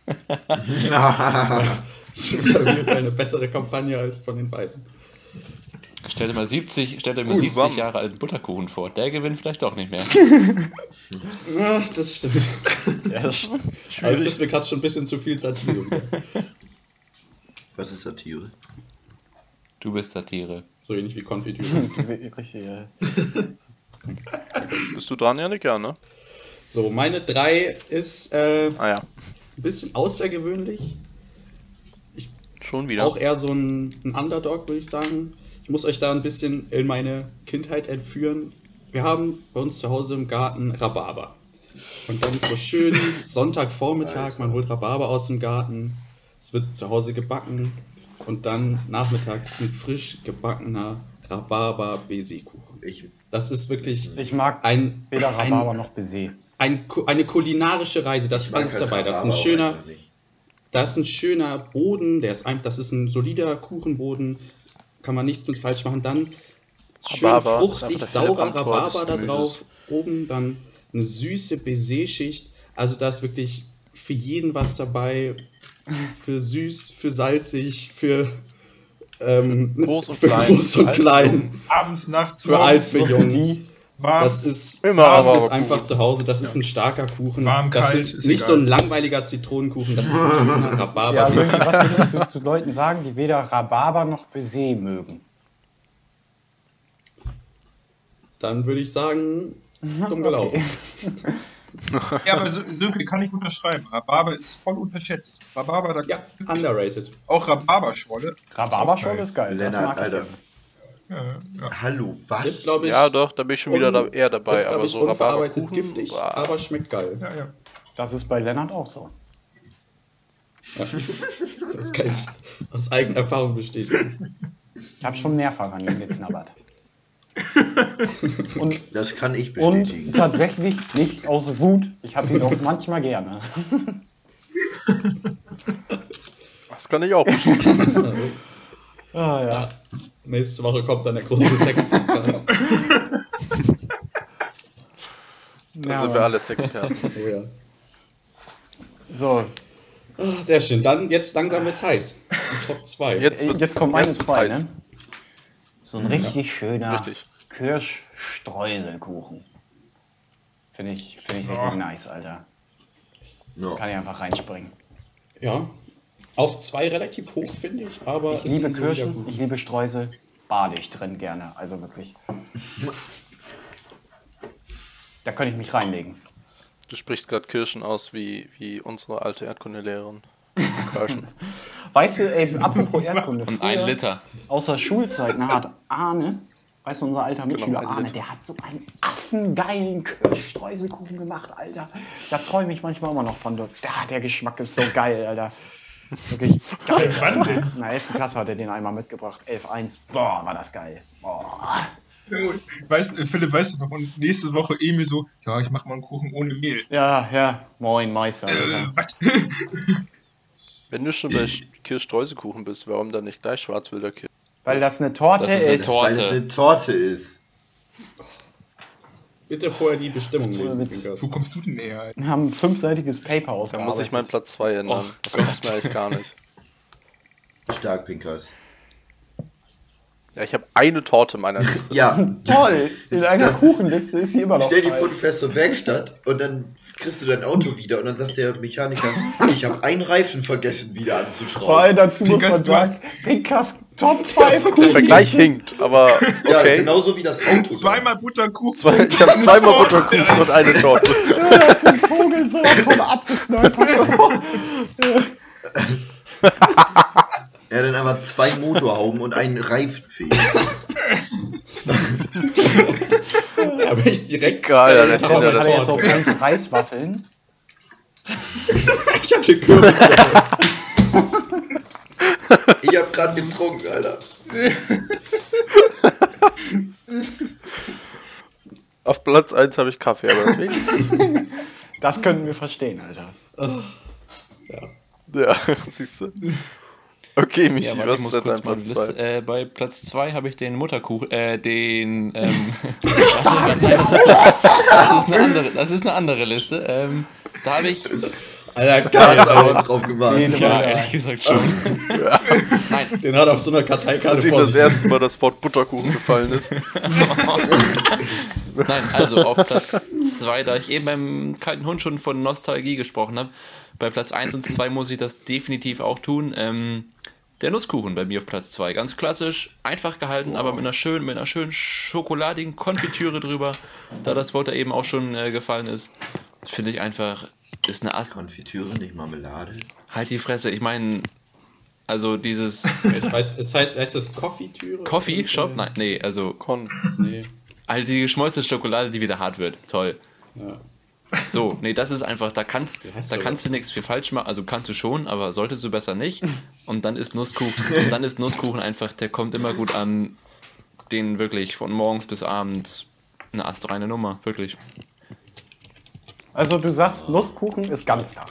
Das ist auf jeden Fall eine bessere Kampagne als von den beiden. Stell dir mal siebzig, stell dir mal Uh, siebzig zusammen. Jahre alten Butterkuchen vor. Der gewinnt vielleicht doch nicht mehr. Ach, das stimmt. Ja, das Also ist mir gerade schon ein bisschen zu viel Satire wieder. Was ist Satire? Du bist Satire. So ähnlich wie Konfitüre. richtig, äh, Bist du dran, Janik? Ja, ne? So, meine drei ist äh, Ah ja, ein bisschen außergewöhnlich. schon wieder. Auch eher so ein, ein Underdog, würde ich sagen. Ich muss euch da ein bisschen in meine Kindheit entführen. Wir haben bei uns zu Hause im Garten Rhabarber. Und dann so schön Sonntagvormittag, man holt Rhabarber aus dem Garten, es wird zu Hause gebacken und dann nachmittags ein frisch gebackener Rhabarber-Baiser-Kuchen. Ich, Das ist wirklich ich mag ein, weder ein, Rhabarber noch Baiser. ein, ku- eine kulinarische Reise. Das ich ist mag alles halt dabei. Das ist ein Rhabarber auch schöner, einfach nicht. da ist ein schöner Boden, der ist einfach, das ist ein solider Kuchenboden, kann man nichts mit falsch machen. Dann schön Rhabarber ist fruchtig, einfach der Philipp saurer Amthor des Rhabarber da Gemüses. drauf, oben dann eine süße Baiser-Schicht. Also da ist wirklich für jeden was dabei, für süß, für salzig, für, ähm, Groß und für klein, groß und alt, klein, Abends, nachts, für alt, für So jung. die, warm. Das ist, Immer das ist Rhabarberkuchen. einfach zu Hause, das ist ein starker Kuchen. Warm, das kalt, ist ist nicht egal. so ein langweiliger Zitronenkuchen, das ist ein schöner Rhabarber. ja, wirklich, was will ich zu, zu Leuten sagen, die weder Rhabarber noch Baiser mögen? Dann würde ich sagen, dumm gelaufen. Ja, aber Sö- Sönke kann ich unterschreiben. Rhabarber ist voll unterschätzt. Rhabarber, da Ja, underrated. auch Rhabarberschwolle. Rhabarberscholle ist geil. das Lennart, mag ich Alter. Ja, ja. Hallo, Ist, was? glaube ich, Ja, doch, da bin ich schon wieder da, un- eher dabei. ist, glaub Aber ich, so unverarbeitet Rhabarberkuchen, giftig, boah. aber schmeckt geil. Ja, ja. Das ist bei Lennart auch so. Ja. Das kann ich aus eigener Erfahrung bestätigen. Ich habe schon mehrfach an ihm geknabbert. Und, Das kann ich und bestätigen. tatsächlich nicht aus Wut. Ich habe ihn auch manchmal gerne. Das kann ich auch bestimmt. Ah, ja. Ja. Nächste Woche kommt dann der große Sex-Podcast. Dann Ja, sind wir Mann. alle Sexperten. Oh ja. So, Ah, sehr schön. Dann jetzt langsam wird's heiß. Die Top zwei. Jetzt, wird's, jetzt kommt meine jetzt wird's zwei, heiß. ne? So ein richtig schöner Richtig. Kirschstreuselkuchen. Finde ich, find ich Ja. richtig nice, Alter. Ja. Kann ich einfach reinspringen. Ja. Auf zwei relativ hoch, finde ich, aber Ich ist liebe ein solider Kirschen, Kuchen. ich liebe Streusel, bade ich drin gerne, also wirklich. Da könnte ich mich reinlegen. Du sprichst gerade Kirschen aus wie, wie unsere alte Erdkundelehrerin. Kirschen. Weißt du, ey, apropos Erdkunde, Und ein früher, Liter. außer Schulzeit, na, hat Arne, weißt du, unser alter Mitschüler ein Arne, Liter. der hat so einen affengeilen Kirschstreuselkuchen gemacht, Alter. Da träume ich manchmal immer noch von. Ja, der Geschmack ist so geil, Alter. Wirklich geil. Wann denn? In der elften Klasse hat er den einmal mitgebracht. elf eins. Boah, war das geil. Boah. Weißt, Philipp, weißt du noch, und nächste Woche Emil so, ja, ich mach mal einen Kuchen ohne Mehl. Ja, ja. Moin, Meister. Äh, Alter. was? Wenn du schon bei Kirschstreuselkuchen bist, warum dann nicht gleich Schwarzwälder Kirsch? Weil das eine Torte Das ist eine ist. Torte. Weil es eine Torte ist. Bitte vorher die Bestimmung So, lesen, mit- Pinkas. Wo kommst du denn her? Wir haben ein fünfseitiges Paper Da ausgearbeitet. muss ich meinen Platz zwei ändern. Och Das passt mir eigentlich gar nicht. Stark, Pinkas. Ja, ich habe eine Torte in meiner Liste. Ja, Toll! In einer Das- Kuchenliste ist sie immer noch stell dir frei. vor, du fährst zur Werkstatt und dann kriegst du dein Auto wieder und dann sagt der Mechaniker, ich habe einen Reifen vergessen wieder Vor anzuschrauben. allem dazu muss Pinkas, man du sagen, hast- Pinkas Top fünf Der Vergleich hinkt, aber Ja, okay. genauso wie das Auto. Zweimal Butterkuchen. Zwei, ich habe zweimal Butterkuchen und eine Torte. Da ist ein Vogel sowas von abgesnipert. Er hat dann einfach zwei Motorhauben und einen Reifen fehlt. Da habe ich direkt. Egal, ja, der Äh, Kinder, Hat das er jetzt Torte. auch ganz Reiswaffeln? Ich hatte Kürbis. Ich hab grad getrunken, Alter. Auf Platz eins habe ich Kaffee, aber deswegen. Das könnten wir verstehen, Alter. Ja, siehst du. Okay, Michi, Ja, warte, was ich ist muss denn dein kurz meine Platz Liste. zwei? Äh, bei Platz zwei habe ich den Mutterkuchen, äh, den, ähm, warte, nein, das, ist eine, das, ist eine andere, das ist eine andere Liste. Ähm, da habe ich, Alter, Da hast du geil. aber drauf gewartet. ja, ehrlich gesagt schon. Nein, Den hat er auf so einer Karteikarte Seitdem vor das sich. erste Mal das Wort Butterkuchen gefallen ist. nein, also auf Platz zwei, da ich eben beim kalten Hund schon von Nostalgie gesprochen habe, bei Platz eins und zwei muss ich das definitiv auch tun. Ähm, der Nusskuchen bei mir auf Platz zwei. Ganz klassisch, einfach gehalten, aber mit einer schönen, mit einer schönen schokoladigen Konfitüre drüber. Da das Wort da eben auch schon äh, gefallen ist, finde ich einfach, ist eine Ast. Konfitüre, nicht Marmelade. Halt die Fresse, ich meine, also dieses Ich weiß, es heißt, heißt das Coffee-Türe? Coffee Shop, nein, nee, also Con. Nee. all die geschmolzene Schokolade, die wieder hart wird. Toll. Ja. So, nee, das ist einfach, da kannst, Wie heißt da sowas? kannst du nichts für falsch machen, also kannst du schon, aber solltest du besser nicht. Und dann ist Nusskuchen, und dann ist Nusskuchen einfach, der kommt immer gut an, den wirklich von morgens bis abends eine astreine Nummer, wirklich. Also du sagst, Nusskuchen ist Ganztag.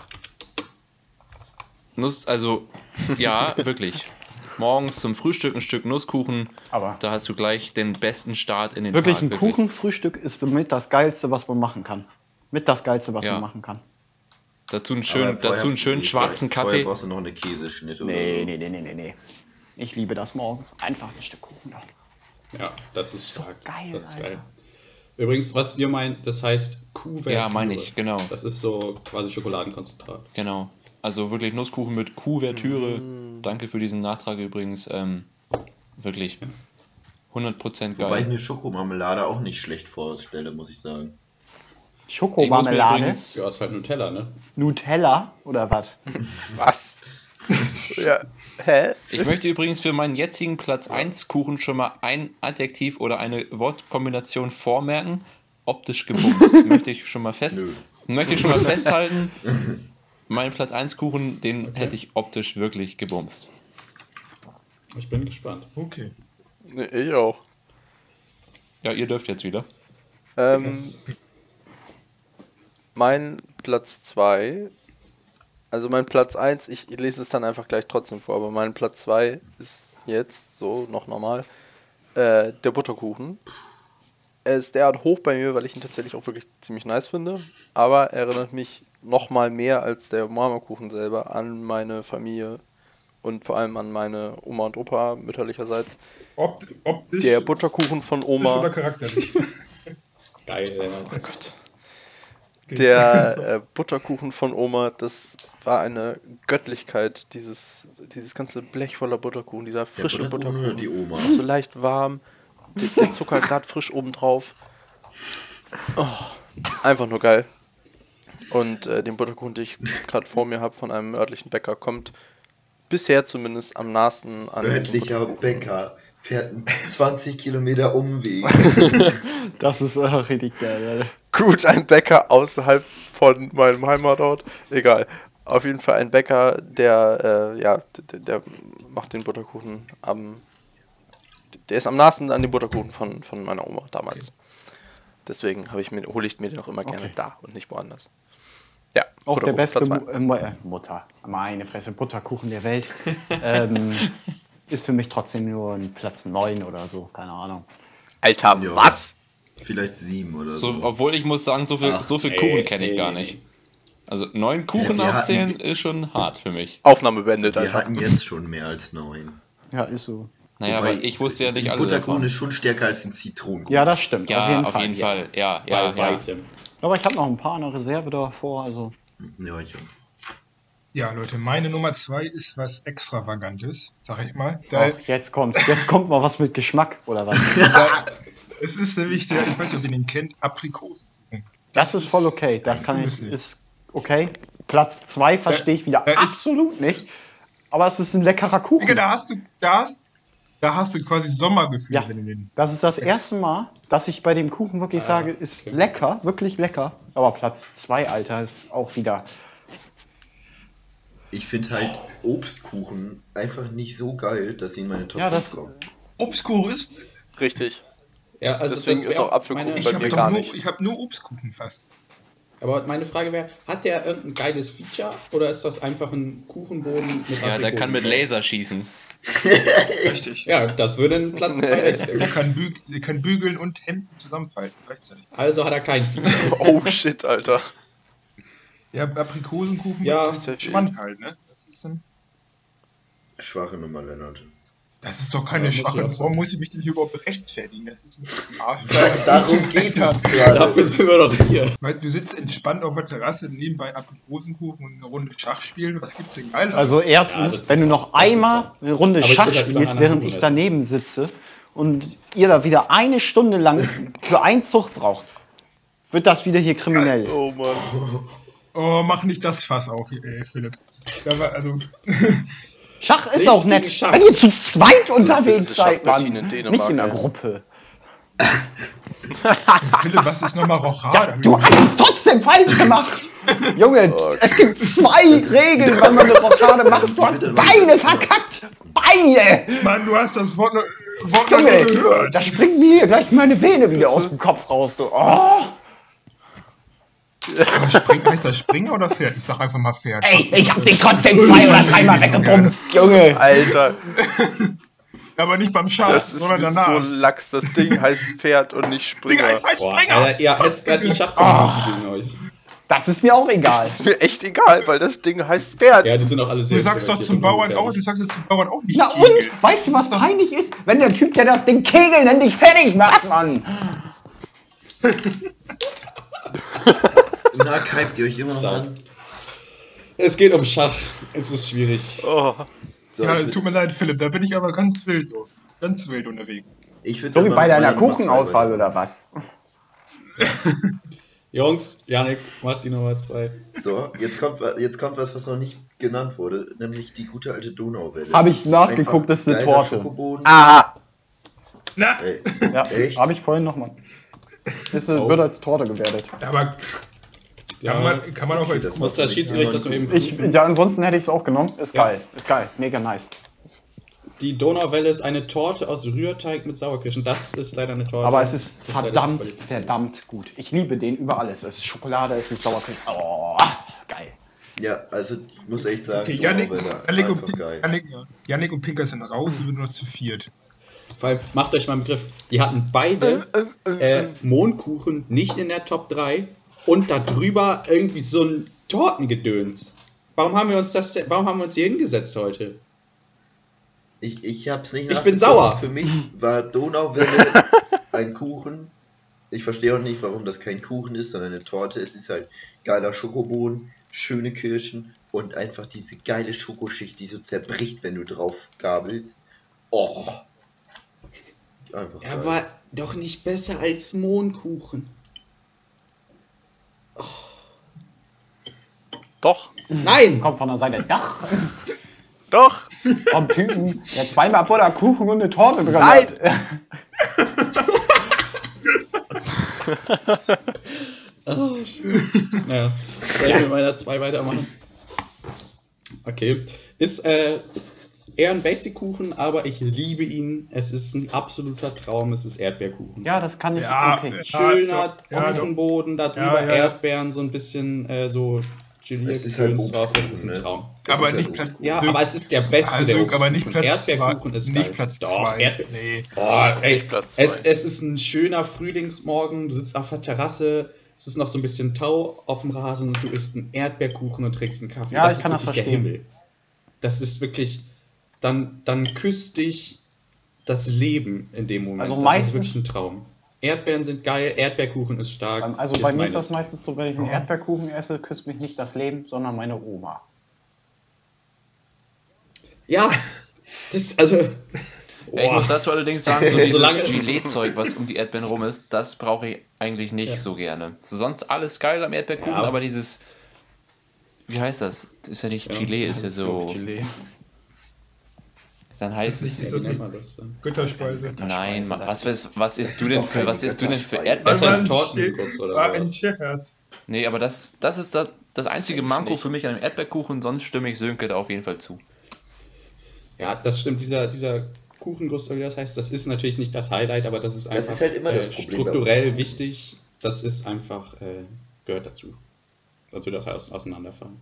Nuss, also, ja, wirklich. Morgens zum Frühstück ein Stück Nusskuchen, Aber da hast du gleich den besten Start in den wirklich Tag. ein Kuchenfrühstück ist mit das Geilste, was man machen kann. Mit das Geilste, was Ja. man machen kann. Dazu einen Aber schönen, vorher- dazu einen schönen nee, schwarzen vorher- Kaffee. Vorher brauchst du noch eine Käseschnitte Nee, oder so. nee, nee, nee, nee, nee. Ich liebe das morgens. Einfach ein Stück Kuchen. Ja, das ist stark. geil, das ist Alter. geil. Übrigens, was wir meinen, das heißt Kuvertüre. Ja, meine ich, genau. Das ist so quasi Schokoladenkonzentrat. Genau. Also wirklich Nusskuchen mit Kuvertüre. Danke für diesen Nachtrag übrigens. Ähm, wirklich. hundert Prozent Wobei ich geil. mir Schokomarmelade auch nicht schlecht vorstelle, muss ich sagen. Ich muss mir Schokomarmelade, übrigens- Ja, ist halt Nutella, ne? Nutella oder was? Was? Ja. Hä? Ich möchte übrigens für meinen jetzigen Platz eins Kuchen schon mal ein Adjektiv oder eine Wortkombination vormerken. Optisch gebumst. möchte ich schon mal fest, Nö. möchte ich schon mal festhalten. Mein Platz eins Kuchen, den hätte ich optisch wirklich gebumst. Ich bin gespannt. Okay. Nee, ich auch. Ja, ihr dürft jetzt wieder. Ähm, Das- mein Platz zwei, also mein Platz eins, ich lese es dann einfach gleich trotzdem vor, aber mein Platz zwei ist jetzt, so noch normal, äh, der Butterkuchen. Er ist derart hoch bei mir, weil ich ihn tatsächlich auch wirklich ziemlich nice finde, aber er erinnert mich nochmal mehr als der Marmorkuchen selber an meine Familie und vor allem an meine Oma und Opa mütterlicherseits. Opt optisch Der Butterkuchen von optisch oder Oma, charakterlich? Geil, ja. oh Gott. Der äh, Butterkuchen von Oma, das war eine Göttlichkeit, dieses, dieses ganze Blech voller Butterkuchen, dieser Der frische Butterkuchen Butterkuchen. oder die Oma? Auch so leicht warm, der, der Zucker gerade frisch obendrauf. Oh, einfach nur geil. Und äh, den Butterkuchen, den ich gerade vor mir habe, von einem örtlichen Bäcker, kommt bisher zumindest am nahesten an. diesem Örtlicher Butterkuchen. Bäcker fährt einen zwanzig Kilometer Umweg. Das ist äh, richtig geil. Alter. Gut, ein Bäcker außerhalb von meinem Heimatort. Egal. auf jeden Fall ein Bäcker, der, äh, ja, der, der macht den Butterkuchen am, der ist am nahesten an dem Butterkuchen von, von meiner Oma damals. Deswegen habe ich mir, hole ich mir den auch immer gerne Okay. da und nicht woanders. Ja, Auch der Butterkuchen, beste Platz zwei. Mu- äh, Mu- äh, Mutter, meine Fresse, Butterkuchen der Welt. ähm, ist für mich trotzdem nur ein Platz neun oder so, keine Ahnung. Alter, Ja. was? Vielleicht sieben oder So, so. obwohl ich muss sagen, so viel, Ach, so viel ey, Kuchen kenne ich ey. gar nicht. Also neun Kuchen Ja, wir aufzählen hatten- ist schon hart für mich. Aufnahme beendet, Wir Alter. hatten jetzt schon mehr als neun. Ja, ist so. Naja, Wobei, aber ich wusste ja nicht ein alle Butterkuchen davon. ist schon stärker als ein Zitronenkuchen. Ja, das stimmt. Ja, auf jeden auf Fall. jeden ja. Fall. Ja, ja, Bei ja. weitem. Aber ich habe noch ein paar in der Reserve davor, also. Ja, ich auch. Ja, Leute, meine Nummer zwei ist was Extravagantes, sag ich mal. Da, Ach, jetzt kommt, jetzt kommt mal was mit Geschmack, oder was? da, es ist nämlich der, ich weiß nicht, ob ihr den kennt, Aprikosenkuchen. Das ist voll okay. Das kann ich, Genüsslich. ist okay. Platz zwei verstehe ich wieder da ist- absolut nicht. Aber es ist ein leckerer Kuchen. Digga, da hast du, da hast, da hast du quasi Sommergefühl, Ja, wenn du den. das ist das erste Mal, dass ich bei dem Kuchen wirklich sage, ist lecker, wirklich lecker. Aber Platz zwei, Alter, ist auch wieder. Ich finde halt Obstkuchen einfach nicht so geil, dass sie in meine Top Ja, fünf das. kommen. Obstkuchen ist. Richtig. Ja, also Deswegen das wär ist auch Apfelkuchen meine- Ich bei habe mir doch gar nur, nicht. ich habe nur Obstkuchen fast. Aber meine Frage wäre, hat der irgendein geiles Feature oder ist das einfach ein Kuchenboden mit Ja, der kann mit Aprikosen? Laser schießen. Richtig. Ja, das würde ein Platz zwei Der rechtfertigen. kann, büg der kann bügeln und Hemden zusammenfalten gleichzeitig. Also hat er kein Feature. Oh shit, Alter. Ja, Aprikosenkuchen Ja, mit das wär viel. Schmand halt, ne? Das ist, dann, Schwache Nummer, Lennart. das ist doch keine Ja, muss ich schwache. auch sagen. Warum muss ich mich denn hier überhaupt rechtfertigen? Das ist ein Arsch. Darum geht es Dafür gerade. sind wir doch hier. Weil du sitzt entspannt auf der Terrasse, nebenbei Aprikosenkuchen und eine Runde Schach spielen. Was gibt's denn geil? Also erstens, Ja, das- wenn du noch einmal eine Runde Aber ich Schach will halt lieber spielst, einen während Kuchen ich essen. daneben sitze und ihr da wieder eine Stunde lang für einen Zug braucht, wird das wieder hier kriminell. Oh Mann. Oh, mach nicht das Fass auf, ey, Philipp. Da war, also, Schach ist Nichts auch nett, gegen Schach. wenn ihr zu zweit unterwegs diese seid, Mann. Schachpartien in Dänemark, Nicht in der ey. Gruppe. Philipp, was ist nochmal Rochade? Ja, du hast es trotzdem falsch gemacht. Junge, Oh, es gibt zwei Regeln, wenn man eine Blockade macht. Du hast beide verkackt. Beide. Mann, du hast das Wort noch, Wort noch Junge, nicht gehört. da springt mir hier gleich meine Vene wieder aus dem Kopf raus. So. Oh. Spring, heißt das Springer oder Pferd? Ich sag einfach mal Pferd. Ey, ich hab dich trotzdem zwei oder dreimal weggebumst, Junge. Alter, Aber nicht beim Schach, das ist sondern mir danach. so lax. Das Ding heißt Pferd und nicht Digga, Springer. es heißt Boah, Springer! Alter, ihr hättet gerade die Schachkommunity gegen euch. Das ist mir auch egal. Das ist mir echt egal, weil das Ding heißt Pferd. Ja, die sind auch alle sehr Du sagst doch introvertiert zum und Bauern auch, ungefährlich. du sagst doch zum Bauern auch nicht. Na Kegel. und? Weißt du, was peinlich ist? Wenn der Typ, der das Ding Kegel nennt, dich fertig macht, Mann. Na, greift ihr euch immer noch Stark. an? Es geht um Schach. Es ist schwierig. Oh. So, Ja, ich würd- tut mir leid, Philipp, da bin ich aber ganz wild so. Ganz wild unterwegs. ich würd So dann wie mal bei mit deiner meiner Nummer zwei Kuchenauswahl weitermachen. oder was? Jungs, Janik, macht die Nummer zwei. So, jetzt kommt, wa- jetzt kommt was, was noch nicht genannt wurde, nämlich die gute alte Donauwelle. Habe ich nachgeguckt, das ist eine geiler Torte. Schokoboden. Ah, Na, Ey, Ja, Echt? habe ich vorhin nochmal. Ist, Oh. Wird als Torte gewertet. aber Ja, kann, man, kann man auch okay, als das muss der macht Schiedsrichter nicht. so eben Ich, prüfen. ja, ansonsten hätte ich es auch genommen. Ist Ja. geil. Ist geil. Mega nice. Die Donauwelle ist eine Torte aus Rührteig mit Sauerkirschen. Das ist leider eine Torte. Aber es ist Das leider verdammt, Qualität. verdammt gut. Ich liebe den über alles. Es ist Schokolade, es ist Sauerkirsch. Oh, geil. Ja, also ich muss echt sagen, Okay, Yannick, Donauwelle, Yannick, und, einfach Pink- geil. Yannick, Yannick und Pinker sind raus, wir sind nur zu viert. Vor allem, macht euch mal einen Begriff. Die hatten beide äh, Mohnkuchen nicht in der Top drei und darüber irgendwie so ein Tortengedöns. Warum haben wir uns das denn- warum haben wir uns hier hingesetzt heute? Ich, ich hab's nicht Ich bin nachgeguckt. sauer. Für mich war Donauwelle ein Kuchen. Ich verstehe auch nicht, warum das kein Kuchen ist, sondern eine Torte. Es ist halt geiler Schokobohnen, schöne Kirschen und einfach diese geile Schokoschicht, die so zerbricht, wenn du drauf gabelst. Oh. Einfach Er geil. war doch nicht besser als Mohnkuchen. doch, Nein! Kommt von der Seite. Dach. doch. Vom Typen, der zweimal Butterkuchen und eine Torte drin Nein. hat. Oh, schön. Naja, soll ich mit meiner zwei weitermachen? Okay. Ist äh, eher ein Basic-Kuchen, aber ich liebe ihn. Es ist ein absoluter Traum. Es ist Erdbeerkuchen. Ja, das kann ich. Ja, okay. ja. Schöner Ja, doch. Kuchenboden, da drüber Ja, ja, ja. Erdbeeren, so ein bisschen äh, so Es ist halt Geliergedöns drauf. Das Obstkuchen, ist ein ne? Traum. Das Aber ist nicht halt Platz- Obstkuchen. Ja, Also- aber es ist der beste Also, der aber Obstkuchen. nicht Platz Erdbeerkuchen zwei. ist Nicht geil. Platz Doch, zwei. Erdbeer Nee. Oh, ey, Nicht Platz zwei. es, es ist ein schöner Frühlingsmorgen, du sitzt auf der Terrasse, es ist noch so ein bisschen Tau auf dem Rasen und du isst einen Erdbeerkuchen und trinkst einen Kaffee. Ja, das ich kann ist das wirklich der verstehen. Himmel. Das ist wirklich, dann, dann küsst dich das Leben in dem Moment. Also das meistens- ist wirklich ein Traum. Erdbeeren sind geil, Erdbeerkuchen ist stark. Ähm, Also ist bei mir mein ist das letzter. meistens so, wenn ich einen Erdbeerkuchen esse, küsst mich nicht das Leben, sondern meine Oma. Ja, das, also... Ja, ich Boah. muss dazu allerdings sagen, so dieses Solange- Gelee-Zeug, was um die Erdbeeren rum ist, das brauche ich eigentlich nicht Ja. so gerne. So sonst alles geil am Erdbeerkuchen, Ja. aber dieses, wie heißt das? Das ist ja nicht Gelee, ist ja so, Gelee. dann heißt es, Ja, wie nennt man das? denn? Götterspeise. nein, das was, ist- was, was isst du denn für, was isst du denn für Das Erdbeeren? heißt Mann, Tortenkuss oder War ein sowas. Scherz. Nee, aber das, das ist das, das einzige Safe Manko nicht. für mich an dem Erdbeerkuchen, sonst stimme ich Sönke da auf jeden Fall zu. Ja, das stimmt. Dieser, dieser Kuchenguss, oder wie das heißt, das ist natürlich nicht das Highlight, aber das ist Das einfach ist halt immer das äh, Problem bei strukturell uns. wichtig. Das ist einfach, äh, gehört dazu. Dazu das aus, auseinanderfahren.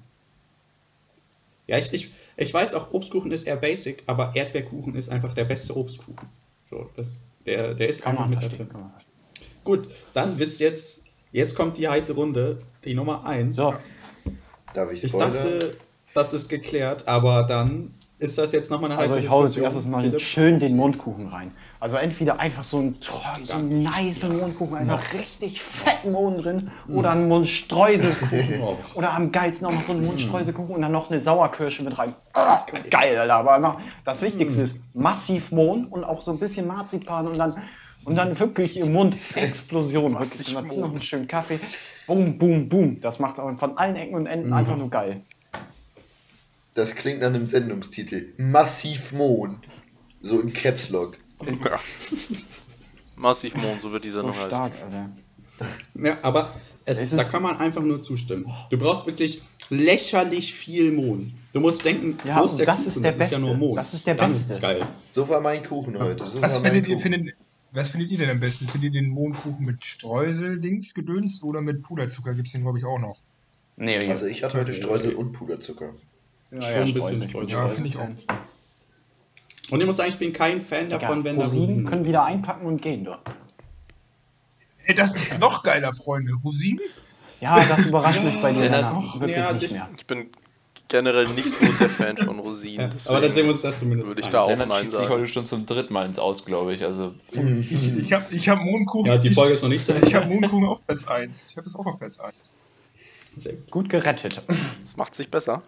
Ja, ich, ich, ich weiß auch, Obstkuchen ist eher basic, aber Erdbeerkuchen ist einfach der beste Obstkuchen. So, das, der, der ist Kann einfach man mit da verstehen. drin. Kann man verstehen. Gut, dann wird's jetzt, jetzt kommt die heiße Runde, die Nummer eins. So, Darf ich Ich spoilern? dachte, das ist geklärt, aber dann ist das jetzt nochmal eine heiße also ich hau jetzt Diskussion. erstes Mal Philipp? schön den Mundkuchen rein. Also entweder einfach so einen, tro- so einen nice Mundkuchen, einfach richtig fetten Mohn drin, oder einen Mundstreuselkuchen. Oh. Oder am geilsten auch noch so einen Mundstreuselkuchen und dann noch eine Sauerkirsche mit rein. Ah, geil, Alter. Aber noch, das Wichtigste ist massiv Mohn und auch so ein bisschen Marzipan und dann, und dann wirklich im Mund Explosion. Wirklich. Und dazu noch einen schönen Kaffee. Boom, boom, boom. Das macht auch von allen Ecken und Enden einfach nur geil. Das klingt nach einem Sendungstitel. Massiv Mohn. So in Caps Lock. Ja. Massiv Mond, so wird die So Sendung heißen. stark, Alter. Ja, aber es, Es da ist- kann man einfach nur zustimmen. Du brauchst wirklich lächerlich viel Mohn. Du musst denken, Ja, wo ist der das Kuchen? ist der das ist ja nur Beste. Mohn. Das ist der Dann Beste. ist es geil. So war mein Kuchen heute. So Was war mein findet ihr, Kuchen. findet, was findet ihr denn am besten? Findet ihr den Mohnkuchen mit Streusel-Dings gedönst oder mit Puderzucker? Gibt es den, glaube ich, auch noch. Nee, Also ich hatte heute Streusel und Puderzucker. ja, schon ja, ein bisschen Streusel. Streusel. Ja, finde ich auch. Und ich muss sagen, ich bin kein Fan davon, wenn da Rosinen Rosinen können wieder einpacken und gehen, du. Ey, das ist noch geiler, Freunde. Rosinen? Ja, das überrascht mich bei dir Ja, danach doch. wirklich Ja, also nicht ich- mehr. Ich bin generell nicht so der Fan von Rosinen. Ja, deswegen aber dann sehen wir uns da zumindest würde ich ein. da auch Lennart Nein schießt sich sagen. heute schon zum dritten Mal ins Aus, glaube ich. Also, Ich, ich habe ich hab Mohnkuchen. Ja, die Folge ist noch nicht zu Ich, Ende. ich habe Mohnkuchen auf Platz eins. Ich habe das auch auf Platz eins. Sehr gut. Gut gerettet. Das macht sich besser.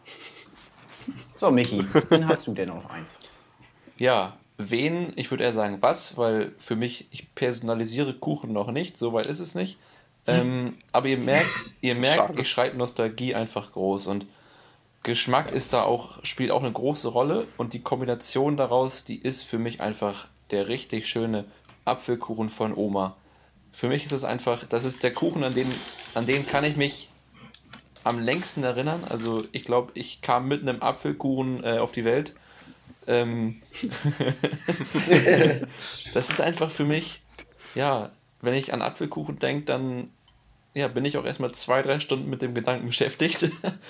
So, Micky, wen hast du denn auf eins? ja, wen, ich würde eher sagen was, weil für mich, ich personalisiere Kuchen noch nicht, so weit ist es nicht. Ähm, aber ihr merkt, ihr merkt, Schade. ich schreibe Nostalgie einfach groß und Geschmack ist da auch, spielt auch eine große Rolle und die Kombination daraus, die ist für mich einfach der richtig schöne Apfelkuchen von Oma. Für mich ist es einfach, das ist der Kuchen, an den, an den kann ich mich am längsten erinnern. Also ich glaube, ich kam mit einem Apfelkuchen äh, auf die Welt. Ähm, das ist einfach für mich, ja, wenn ich an Apfelkuchen denke, dann ja, bin ich auch erstmal zwei, drei Stunden mit dem Gedanken beschäftigt.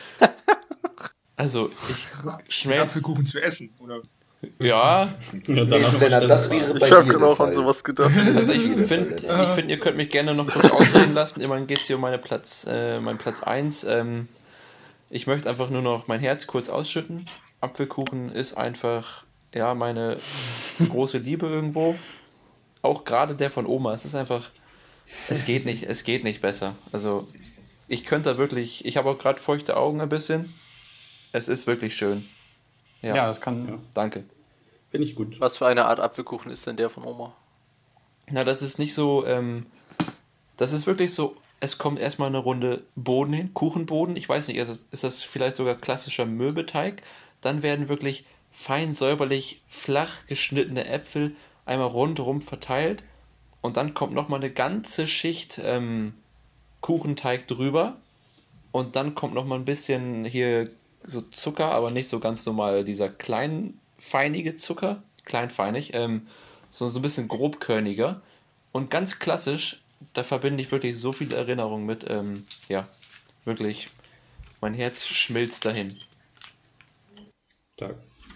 Also ich Den schmecke, Apfelkuchen zu essen, oder? ja, Ja, Nee, danach noch Lennart, das Stelle- wäre bei Ich habe dir genau der Fall. an sowas gedacht. also ich Jeder finde, Fall, ich find, ihr könnt mich gerne noch kurz ausreden lassen. Immerhin geht es hier um meine Platz, äh, meinen Platz eins. Ähm, ich möchte einfach nur noch mein Herz kurz ausschütten. Apfelkuchen ist einfach, ja, meine große Liebe irgendwo. Auch gerade der von Oma. Es ist einfach, es geht nicht, es geht nicht besser. Also ich könnte da wirklich, ich habe auch gerade feuchte Augen ein bisschen. Es ist wirklich schön. Ja, Ja, das kann. danke. Finde ich gut. Was für eine Art Apfelkuchen ist denn der von Oma? Na, das ist nicht so, ähm, das ist wirklich so, es kommt erstmal eine Runde Boden hin, Kuchenboden, ich weiß nicht, also ist das vielleicht sogar klassischer Mürbeteig, dann werden wirklich fein säuberlich flach geschnittene Äpfel einmal rundherum verteilt und dann kommt nochmal eine ganze Schicht ähm, Kuchenteig drüber und dann kommt nochmal ein bisschen hier so Zucker, aber nicht so ganz normal. Dieser kleinfeinige Zucker, kleinfeinig, ähm, so, so ein bisschen grobkörniger. Und ganz klassisch, da verbinde ich wirklich so viele Erinnerungen mit. Ähm, ja, wirklich, mein Herz schmilzt dahin. Tag.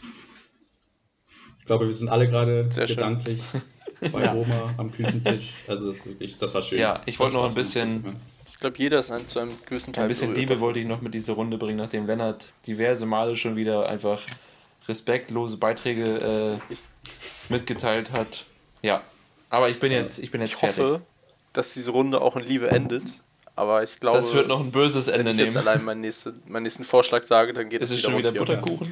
Ich glaube, wir sind alle gerade Sehr schön. gedanklich bei Roma am Küchentisch. Also das, ist wirklich, das war schön. Ja, ich Das wollte hat noch ein Spaß bisschen- gemacht. Ich glaube, jeder ist ein, zu einem gewissen Teil Ein bisschen berührt Liebe davon. wollte ich noch mit dieser Runde bringen, nachdem Lennart diverse Male schon wieder einfach respektlose Beiträge äh, mitgeteilt hat. Ja, aber ich bin jetzt, ich bin jetzt Ich fertig. hoffe, dass diese Runde auch in Liebe endet. Aber ich glaube, Das wird noch ein böses wenn Ende ich jetzt nehmen. allein meinen, nächste, meinen nächsten Vorschlag sage, dann geht Ist es es schon wieder rund hier. Butterkuchen?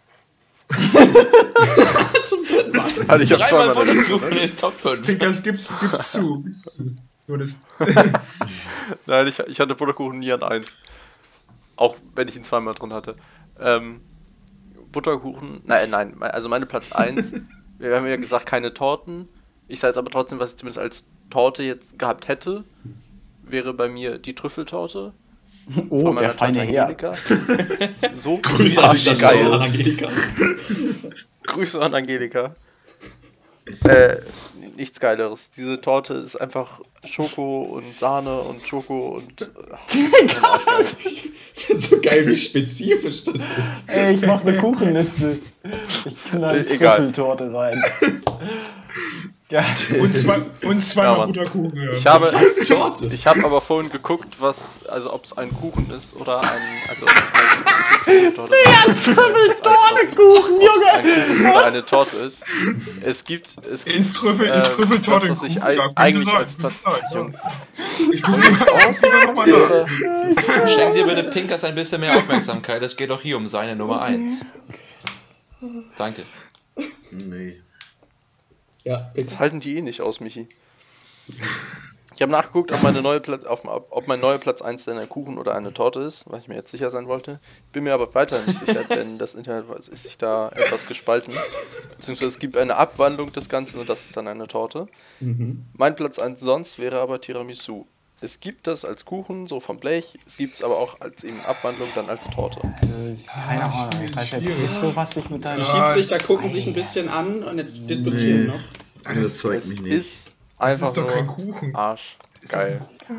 Zum dritten Mal. Also ich habe Dreimal zweimal eine Liste, Butterkuchen in ne? den Top fünf. Pinkers, gib's, gib's zu. Gib's zu. Nur das. Nein, ich, ich hatte Butterkuchen nie an eins. Auch wenn ich ihn zweimal drin hatte. Ähm, Butterkuchen, nein, nein, also meine Platz eins. Wir haben ja gesagt, keine Torten. Ich sage jetzt aber trotzdem, was ich zumindest als Torte jetzt gehabt hätte, wäre bei mir die Trüffeltorte. Oh, von der meiner Tante feine Herr. Angelika. So Grüße an dieser arschgeil. Stelle an Angelika. Grüße an Angelika. Äh, nichts Geileres. Diese Torte ist einfach Schoko und Sahne und Schoko und. Äh, arschgeil. Ich finde so geil, wie spezifisch das ist. Ey, ich mach eine Kuchenliste. Ich knall Äh, egal. Trüffeltorte rein. Geil. Und, zwei, und zweimal Ja, Mann. Butterkuchen. Ja. Ich habe, Das ist Torte. ich habe aber vorhin geguckt, was, also ob es ein Kuchen ist oder ein, also ich meine, Trüffeltorte. Trüffeltortenkuchen, Ob es ein Junge! Kuchen oder eine Torte ist. Es gibt, es gibt Ist Trüffel- ist äh, Trüffeltorte das, was ich ein Kuchen? ei- Ja, könnte eigentlich sein, als Platz. könnte sein, Junge, Ich gucke mir aus, lieber nochmal nach. oder? Schenkt ihr bitte Pinkers ein bisschen mehr Aufmerksamkeit. Es geht doch hier um seine Nummer eins. Danke. Nee. Ja, Das halten die eh nicht aus, Michi. Ich habe nachgeguckt, ob, meine neue Platz, auf, ob mein neuer Platz eins denn ein Kuchen oder eine Torte ist, weil ich mir jetzt sicher sein wollte. Bin mir aber weiter nicht sicher, denn das Internet ist sich da etwas gespalten. Beziehungsweise es gibt eine Abwandlung des Ganzen und das ist dann eine Torte. Mhm. Mein Platz eins sonst wäre aber Tiramisu. Es gibt das als Kuchen, so vom Blech, es gibt es aber auch als eben Abwandlung dann als Torte. Äh, Keine Ahnung, ich weiß jetzt nicht so, was ich mit Die deinem... Schiedsrichter gucken sich ein bisschen an und diskutieren Nee. noch. Das überzeugt Es mich nicht. ist Das einfach ist doch kein nur Kuchen. Arsch. Geil.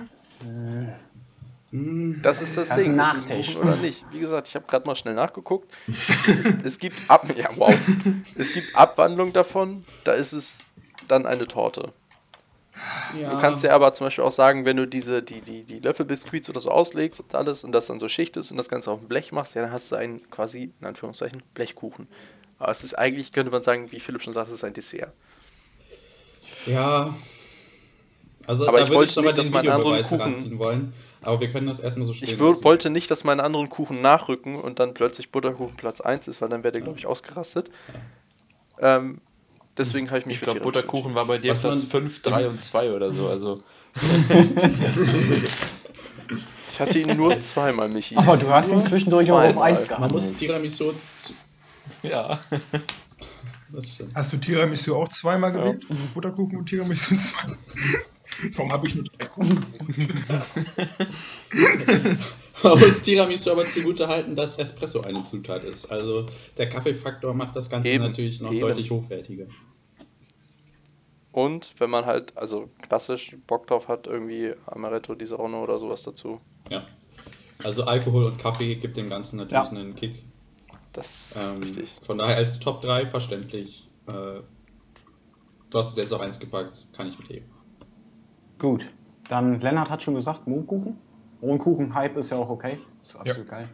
Mm. Das ist das Das ist Ding. ein Ist es ein Nachtisch. Kuchen oder nicht? Wie gesagt, ich habe gerade mal schnell nachgeguckt. Es gibt Ab ja, wow. Es gibt Abwandlung davon. Da ist es dann eine Torte. Ja. Du kannst ja aber zum Beispiel auch sagen, wenn du diese die die die Löffelbiskuits oder so auslegst und alles und das dann so schichtest und das Ganze auf dem Blech machst, ja, dann hast du einen quasi in Anführungszeichen Blechkuchen. Aber es ist eigentlich, könnte man sagen, wie Philipp schon sagt, es ist ein Dessert. Ja. Also Aber da ich würde wollte ich nochmal nicht, dass den meine anderen Videobeweis Kuchen- heranziehen wollen. Aber wir können das erstmal so stehen Ich wür- lassen. wollte nicht, dass meine anderen Kuchen nachrücken und dann plötzlich Butterkuchen Platz eins ist, weil dann wäre der, glaube ich, ausgerastet. Ähm, deswegen habe ich mich Ich glaube, Tiramisu Butterkuchen war bei dir Was Platz man- fünf, drei und zwei oder so. Also, entschieden. Ich hatte ihn nur zweimal, Michi. Aber du hast ihn Nur zwischendurch auch auf zweimal. Eis Man muss gehabt. Tiramisu... Zu, ja. das stimmt. Hast du Tiramisu auch zweimal gewählt? Butterkuchen und Tiramisu zweimal. Warum habe ich nur drei Kuchen? Man muss Tiramisu aber zugute halten, dass Espresso eine Zutat ist. Also der Kaffeefaktor macht das Ganze Eben, natürlich noch eben. deutlich hochwertiger. Und wenn man halt, also klassisch Bock drauf hat, irgendwie Amaretto di Saronno oder sowas dazu. Ja. Also Alkohol und Kaffee gibt dem Ganzen natürlich Ja. einen Kick. Das ist Ähm, richtig. Von daher als Top drei verständlich. Äh, du hast es jetzt auf eins gepackt, kann ich mitheben. Gut, dann Lennart hat schon gesagt, Mohnkuchen. Mohnkuchen-Hype ist ja auch okay. Ist absolut geil.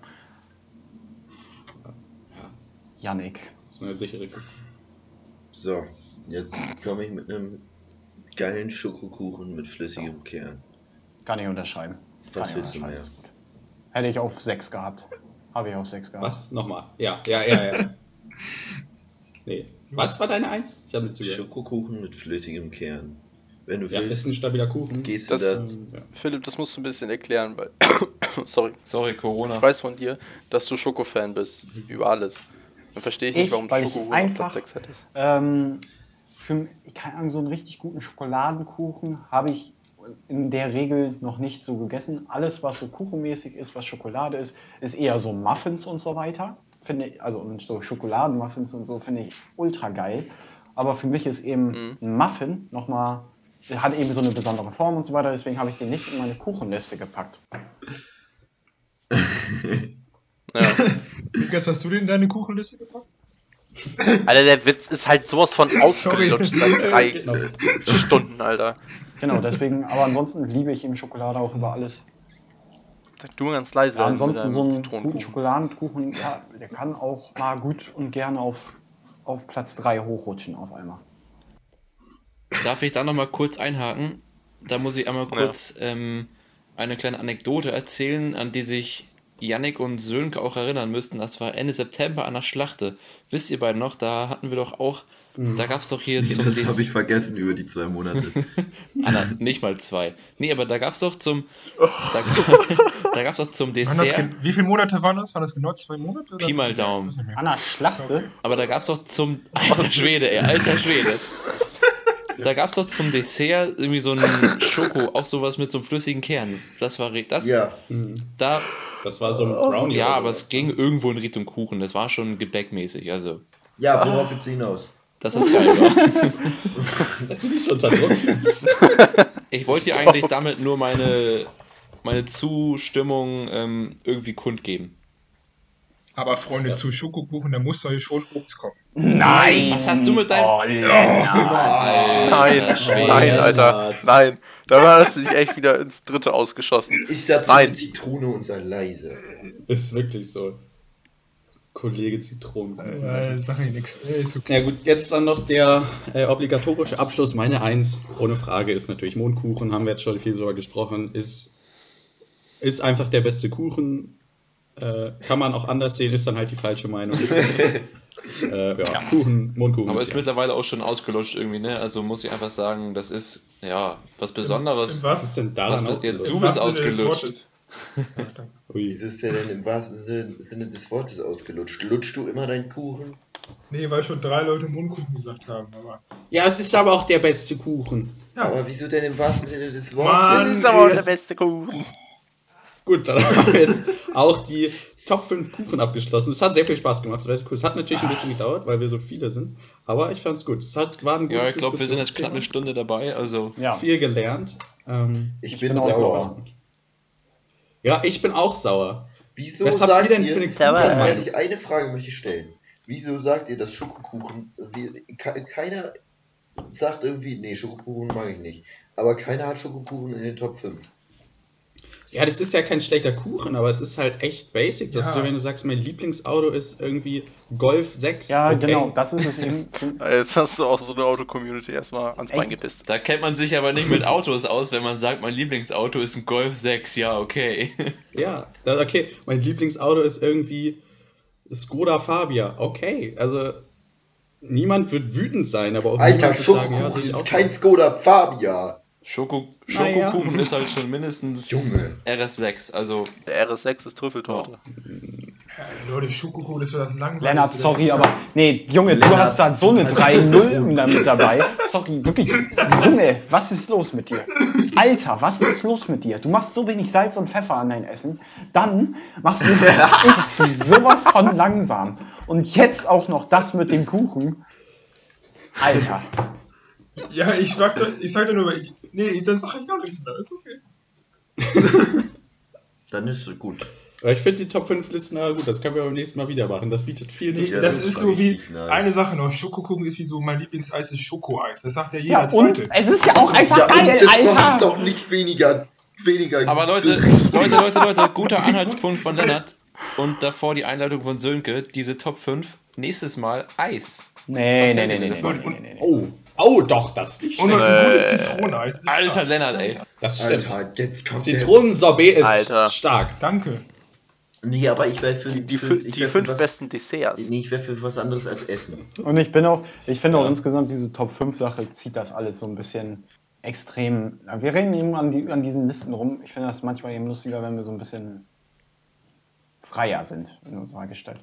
Yannick. Das ist eine sichere Kiste. So, jetzt komme ich mit einem geilen Schokokuchen mit flüssigem Kern. Kann ich unterschreiben. Was Kann ich willst du unterschreiben, mehr? ist gut. Hätte ich auf sechs gehabt. Habe ich auf sechs gehabt. Was? Nochmal. Ja, ja, ja, ja. Nee. Was war deine Eins? Ich habe nicht zugehört. Schokokuchen mit flüssigem Kern. Wenn du Ja, ist willst, ein stabiler Kuchen. gehst Das- du da. Ja. Philipp, das musst du ein bisschen erklären, weil. Sorry. Sorry, Corona. Ich weiß von dir, dass du Schokofan bist. Über alles. Dann verstehe ich nicht, Ich, warum du weil ich Schokokuchen auf einfach- Platz sechs hättest. Ähm, für, keine Ahnung, so einen richtig guten Schokoladenkuchen habe ich in der Regel noch nicht so gegessen. Alles, was so kuchenmäßig ist, was Schokolade ist, ist eher so Muffins und so weiter. Finde ich, also und so Schokoladenmuffins und so finde ich ultra geil. Aber für mich ist eben Mhm. ein Muffin nochmal, der hat eben so eine besondere Form und so weiter, deswegen habe ich den nicht in meine Kuchenliste gepackt. Ja. Lukas, hast du den in deine Kuchenliste gepackt? Alter, der Witz ist halt sowas von ausgelutscht seit drei Genau. Stunden, Alter. Genau, deswegen, aber ansonsten liebe ich eben Schokolade auch über alles. Sag du ganz leise. Ja, mit ansonsten deinem so einen guten Zitronenkuchen. Schokoladenkuchen, ja, der kann auch mal gut und gerne auf, auf Platz drei hochrutschen auf einmal. Darf ich da nochmal kurz einhaken? Da muss ich einmal kurz ähm, eine kleine Anekdote erzählen, an die sich Yannick und Sönke auch erinnern müssten. Das war Ende September an der Schlachte. Wisst ihr beiden noch, da hatten wir doch auch, da gab es doch hier zum Das Des- habe ich vergessen über die zwei Monate. Anna, nicht mal zwei. Nee, aber da gab es doch zum da, da gab's doch zum Waren das Dessert, ge- wie viele Monate waren das? Waren das genau zwei Monate? Oder Pi mal ein bisschen mehr? Daumen. Ich weiß nicht mehr. Anna Schlachte? aber da gab es doch zum, alter Schwede, ey, alter Schwede. Da gab es doch zum Dessert irgendwie so einen Schoko, auch sowas mit so einem flüssigen Kern. Das war, re- das, Ja, da, Das war so ein Brownie. ja, oder aber sowas, es ging irgendwo in Richtung Kuchen. Das war schon gebäckmäßig, also, ja, worauf willst du hinaus? dass das geil war. ne? Setz dich nicht so unter Druck. Ich wollte dir eigentlich damit nur meine, meine Zustimmung ähm, irgendwie kundgeben. Aber Freunde, zu Schokokuchen, da muss doch hier schon Obst kommen. Nein! Was hast du mit deinem- Oh, Lennart. Nein, Alter Schwede. nein, Alter. Nein. Da war es sich echt wieder ins dritte ausgeschossen. Ich dazu Nein. eine Zitrone und sei leise. Ist wirklich so. Kollege Zitronen. Äh, sag ich nichts. Äh, ist okay. Ja gut, jetzt dann noch der äh, obligatorische Abschluss. Meine Eins, ohne Frage, ist natürlich Mondkuchen. Haben wir jetzt schon viel drüber gesprochen. Ist, ist einfach der beste Kuchen. Äh, kann man auch anders sehen, ist dann halt die falsche Meinung. äh, ja, Kuchen, Mondkuchen. Aber ist ist die mittlerweile auch schon ausgelutscht irgendwie, ne? Also muss ich einfach sagen, das ist, ja, was Besonderes. Im Was was? ist denn Was daran mit dir- ausgelutscht? du bist wahrsten Sinne des ausgelutscht. Wortes. Ja, danke. Ui. Du bist ja denn im wahrsten Sinne des Wortes ausgelutscht. Lutschst du immer deinen Kuchen? Nee, weil schon drei Leute Mundkuchen gesagt haben. Aber Ja, es ist aber auch der beste Kuchen. Ja. Aber wieso denn im wahrsten Sinne des Mann. Wortes? Das ist aber auch der beste Kuchen. Gut, dann haben wir jetzt auch die Top fünf Kuchen abgeschlossen. Es hat sehr viel Spaß gemacht. Das war sehr cool. Es hat natürlich ein bisschen gedauert, weil wir so viele sind. Aber ich fand es gut. Es hat, war ein gutes Ja, ich glaube, wir sind jetzt knapp eine Diskussionsthema. Stunde dabei, also. Ja, Viel gelernt. Ähm, Ich, Ich bin bin auch sauer. ja, ich bin auch sauer. Wieso Was habt sagt ihr denn ihr, für eine Sauer? tatsächlich eine Frage möchte ich stellen. Wieso sagt ihr, dass Schokokuchen, wie, ke- keiner sagt irgendwie, nee, Schokokuchen mag ich nicht. Aber keiner hat Schokokuchen in den Top fünf. Ja, das ist ja kein schlechter Kuchen, aber es ist halt echt basic. Das Ja. ist so, wenn du sagst, mein Lieblingsauto ist irgendwie Golf sechs. ja okay. genau, das ist es eben. Jetzt hast du auch so eine Auto-Community erstmal ans Bein gepisst. Da kennt man sich aber nicht mit Autos aus, wenn man sagt, mein Lieblingsauto ist ein Golf sechs, ja, okay. Ja, das, okay. Mein Lieblingsauto ist irgendwie Skoda Fabia. Okay, also niemand wird wütend sein, aber auch Alter, niemand wird sagen, ja, Schokokuchen sehe ich auch ist so. kein Skoda Fabia. Schoko Naja. Schokokuchen ist halt schon mindestens Junge. R S sechs, also. Der R S sechs ist Trüffeltorte. Ja, Leute, Schokokuchen ist so das Langweiligste. Lennart, sorry, der- aber nee, Junge, du Lennart. hast da so eine drei null da mit dabei. Sorry, wirklich. Junge, was ist los mit dir? Alter, was ist los mit dir? Du machst so wenig Salz und Pfeffer an dein Essen, dann machst du, isst du sowas von langsam. Und jetzt auch noch das mit dem Kuchen. Alter. Ja, ich sag doch, ich sag doch nur, nee, dann sag ich auch nichts mehr, ist okay. Dann ist es gut. Aber ich finde die Top fünf Listen aber gut, das können wir beim nächsten Mal wieder machen. Das bietet viel Nee, Diskussion. das das ist ist so wie, richtig nice. eine Sache noch, Schokokuchen ist wie so, mein Lieblingseis ist Schokoeis. Das sagt ja jeder Ja, und Zweite. es ist ja auch einfach Ja, geil, und das macht es Alter. doch nicht weniger, weniger Aber Leute, gerecht. Leute, Leute, Leute, guter Anhaltspunkt von Lennart. Und davor die Einleitung von Sönke, diese Top fünf, nächstes Mal Eis. Nee, Was nee, hält nee, ihr nee, nee, davon? nee, nee, nee. Oh, oh doch, das ist nicht Und noch schlecht. ein gutes Zitroneneis. ist Alter stark. Lennart, ey. Das stimmt. Alter, jetzt kommt der... Zitronensorbet ist Alter. stark. Danke. Nee, aber ich wäre für... Die, die, für, fü- ich die wär für fünf was, besten Desserts. Nee, ich wäre für was anderes als Essen. Und ich bin auch, ich finde auch Ja. insgesamt diese Top fünf Sache zieht das alles so ein bisschen extrem. Wir reden eben an, die, an diesen Listen rum. Ich finde das manchmal eben lustiger, wenn wir so ein bisschen freier sind in unserer Gestalt.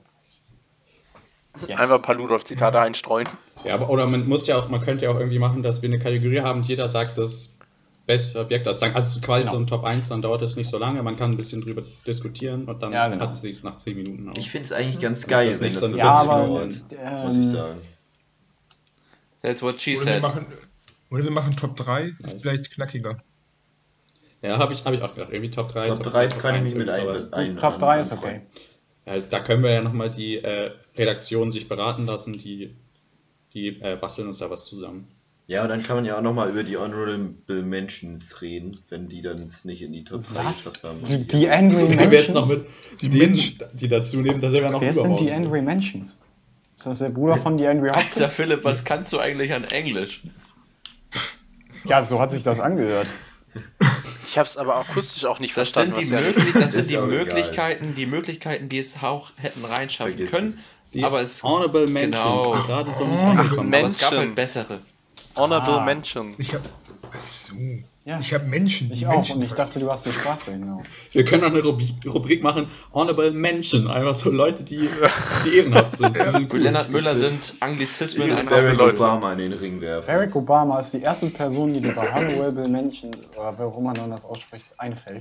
Yes. Einfach ein paar Ludolf-Zitate einstreuen. Ja, aber oder man muss ja auch, man könnte ja auch irgendwie machen, dass wir eine Kategorie haben und jeder sagt das beste Objekt. Also also quasi Genau. so ein Top eins, dann dauert es nicht so lange, man kann ein bisschen drüber diskutieren und dann Ja, genau. hat es nichts nach zehn Minuten. Auch. Ich finde es eigentlich ganz Das geil, ist wenn nicht das so so ein Ja, vierzig aber dauert, ähm, muss ich sagen. That's what she Oder wir said. machen, oder wir machen Top drei, Nice. ist vielleicht knackiger. Ja, habe ich, hab ich auch gedacht. Irgendwie Top drei, Top Top drei zwei, Top kann ich eins, mich mit irgendwie ein, sowas. ein, Top drei ist okay. Ja, da können wir ja nochmal die äh, Redaktion sich beraten lassen, die, die äh, basteln uns da was zusammen. Ja, und dann kann man ja auch nochmal über die Honorable Mentions reden, wenn die dann es nicht in die Top drei Was? geschafft haben. Die, die Angry Wenn wir jetzt noch Mentions? mit Die denen, Mensch- die dazu nehmen, da sind wir noch Wer sind die übermorgen. Angry Mentions? Ist das der Bruder von die Angry Alter Hopkins? Philipp, was kannst du eigentlich an Englisch? Ja, so hat sich das angehört. Ich habe es aber akustisch auch nicht Das verstanden. sind die, was der- möglich, das Ist sind die auch egal. Möglichkeiten, die Möglichkeiten, die es auch hätten reinschaffen Vergiss können. es. Die Aber es, Honorable Mentions, Genau. die gerade so nicht Ach, angekommen aber es sind. gab Menschen. halt bessere. Honorable Ah. Mention. Ich hab. Achso. Ja. Ich habe Menschen. Ich die auch Menschen und ich dachte, du hast die Sprache, genau. Wir können auch eine Rubrik, Rubrik machen, Honorable Mention, einfach so Leute, die, die ehrenhaft sind. Die sind Für cool. Lennart Müller Ich will- sind Anglizismen Ich einfach würde für Barack Leute. Obama in den Ring werfen. Barack Obama ist die erste Person, die dir bei Honorable Mentions, oder warum man dann das ausspricht, einfällt.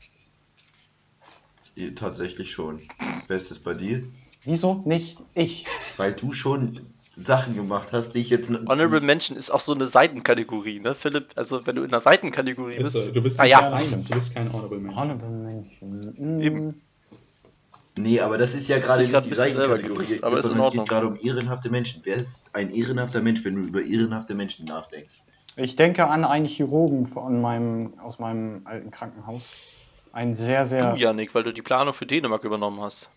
Ja, tatsächlich schon. Wer ist das bei dir? Wieso nicht ich? Weil du schon Sachen gemacht hast, die ich jetzt... n- Honorable Mention ist auch so eine Seitenkategorie, ne, Philipp? Also, wenn du in einer Seitenkategorie Ist bist. so, du bist ah, nicht ja. eins, du bist kein Honorable Mention. Honorable Mention. Mm. Eben. Nee, aber das ist ja Hast gerade dich grad nicht die ein bisschen selber Seitenkategorie, gedisst, aber ist in sondern es Ordnung. geht gerade um ehrenhafte Menschen. Wer ist ein ehrenhafter Mensch, wenn du über ehrenhafte Menschen nachdenkst? Ich denke an einen Chirurgen von meinem, aus meinem alten Krankenhaus. Ein sehr, sehr... Du, Janik, weil du die Planung für Dänemark übernommen hast.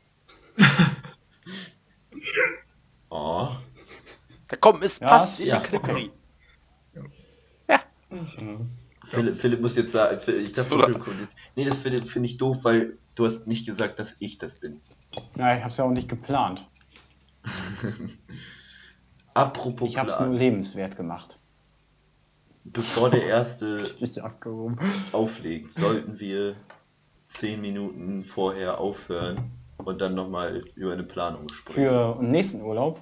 Oh. Da komm, es Ja, passt in ja, die Kategorie. Philipp, Philipp muss jetzt sagen, ich dachte, Oder- Philipp kommt jetzt. Nee, das Philipp finde ich doof, weil du hast nicht gesagt, dass ich das bin. Ja, ich hab's ja auch nicht geplant. Apropos Ich hab's nur Plan. lebenswert gemacht. Bevor der erste Ich sag warum. auflegt, sollten wir zehn Minuten vorher aufhören und dann nochmal über eine Planung sprechen. Für den nächsten Urlaub.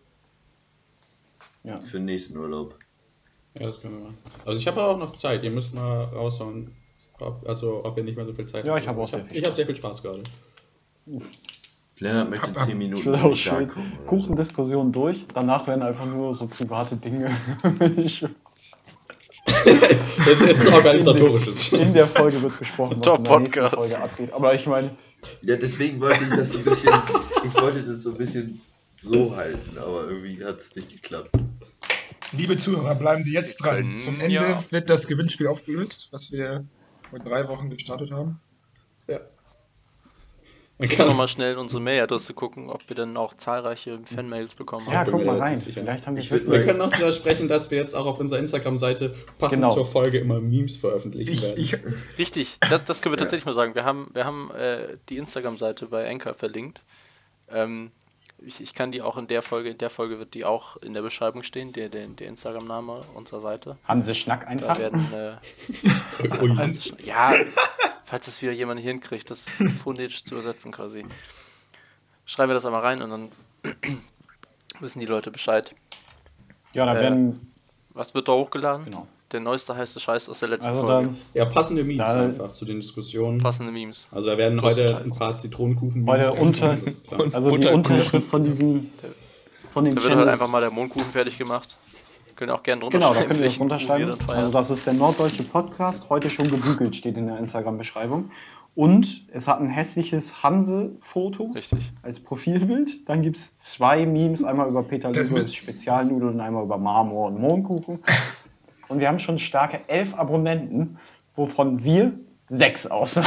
Ja. Für den nächsten Urlaub. Ja, das können wir machen. Also ich habe auch noch Zeit, ihr müsst mal raushauen, ob, also ob ihr nicht mehr so viel Zeit Ja, habt. ich habe auch sehr viel Ich habe sehr viel Spaß gerade. Lennart möchte Ab, ab. zehn Ich Minuten will auch nicht schön angucken. oder so. Kuchendiskussion durch. Danach werden einfach nur so private Dinge Ich- Das ist jetzt organisatorisches. in der Folge wird besprochen, was Top in der nächsten Podcast. Folge abgeht. Aber ich meine, Ja, deswegen wollte ich das so ein bisschen, ich wollte das so ein bisschen so halten, aber irgendwie hat es nicht geklappt. Liebe Zuhörer, bleiben Sie jetzt dran. können Zum Ende ja- wird das Gewinnspiel aufgelöst, was wir vor drei Wochen gestartet haben. Ja. Man Ich kann kann noch mal schnell in unsere Mailadresse gucken, ob wir dann auch zahlreiche Fanmails bekommen ja, haben. bin guck mir mal relativ rein. sicher. Vielleicht haben wir Ich würd- Wir können auch darüber sprechen, dass wir jetzt auch auf unserer Instagram-Seite passend Genau. zur Folge immer Memes veröffentlichen Ich, werden. ich, Richtig, das, das können wir tatsächlich mal sagen. Wir haben, wir haben äh, die Instagram-Seite bei Anchor verlinkt. Ähm, ich, ich kann die auch in der Folge, in der Folge wird die auch in der Beschreibung stehen, der, der, der Instagram-Name unserer Seite. Hanse Schnack Da einfach. werden, äh, Ui. ja, falls das wieder jemand hinkriegt, das phonetisch zu übersetzen quasi. Schreiben wir das einmal rein und dann wissen die Leute Bescheid. Ja, da Äh, werden, Was wird da hochgeladen? genau. Der neueste heiße Scheiß aus der letzten Also Folge. dann Ja, passende Memes Da- einfach zu den Diskussionen. Passende Memes. Also da werden Größtenteils. heute ein paar Zitronenkuchen Heute unter- das ist klar. also die Butterkuchen. Unterschrift von diesen, von den Da wird halt Channels. einfach mal der Mondkuchen fertig gemacht. Könnt ihr auch gerne drunter Genau, da schreiben, könnt ihr das welchen Kuchen ihr runterschreiben. dann feiert. Also das ist der norddeutsche Podcast, heute schon gebügelt, steht in der Instagram-Beschreibung. Und es hat ein hässliches Hanse-Foto Richtig. als Profilbild. Dann gibt es zwei Memes, einmal über Peter Das Lübers mit- Spezialnudeln und einmal über Marmor und Mohnkuchen. Und wir haben schon starke elf Abonnenten, wovon wir sechs aussagen.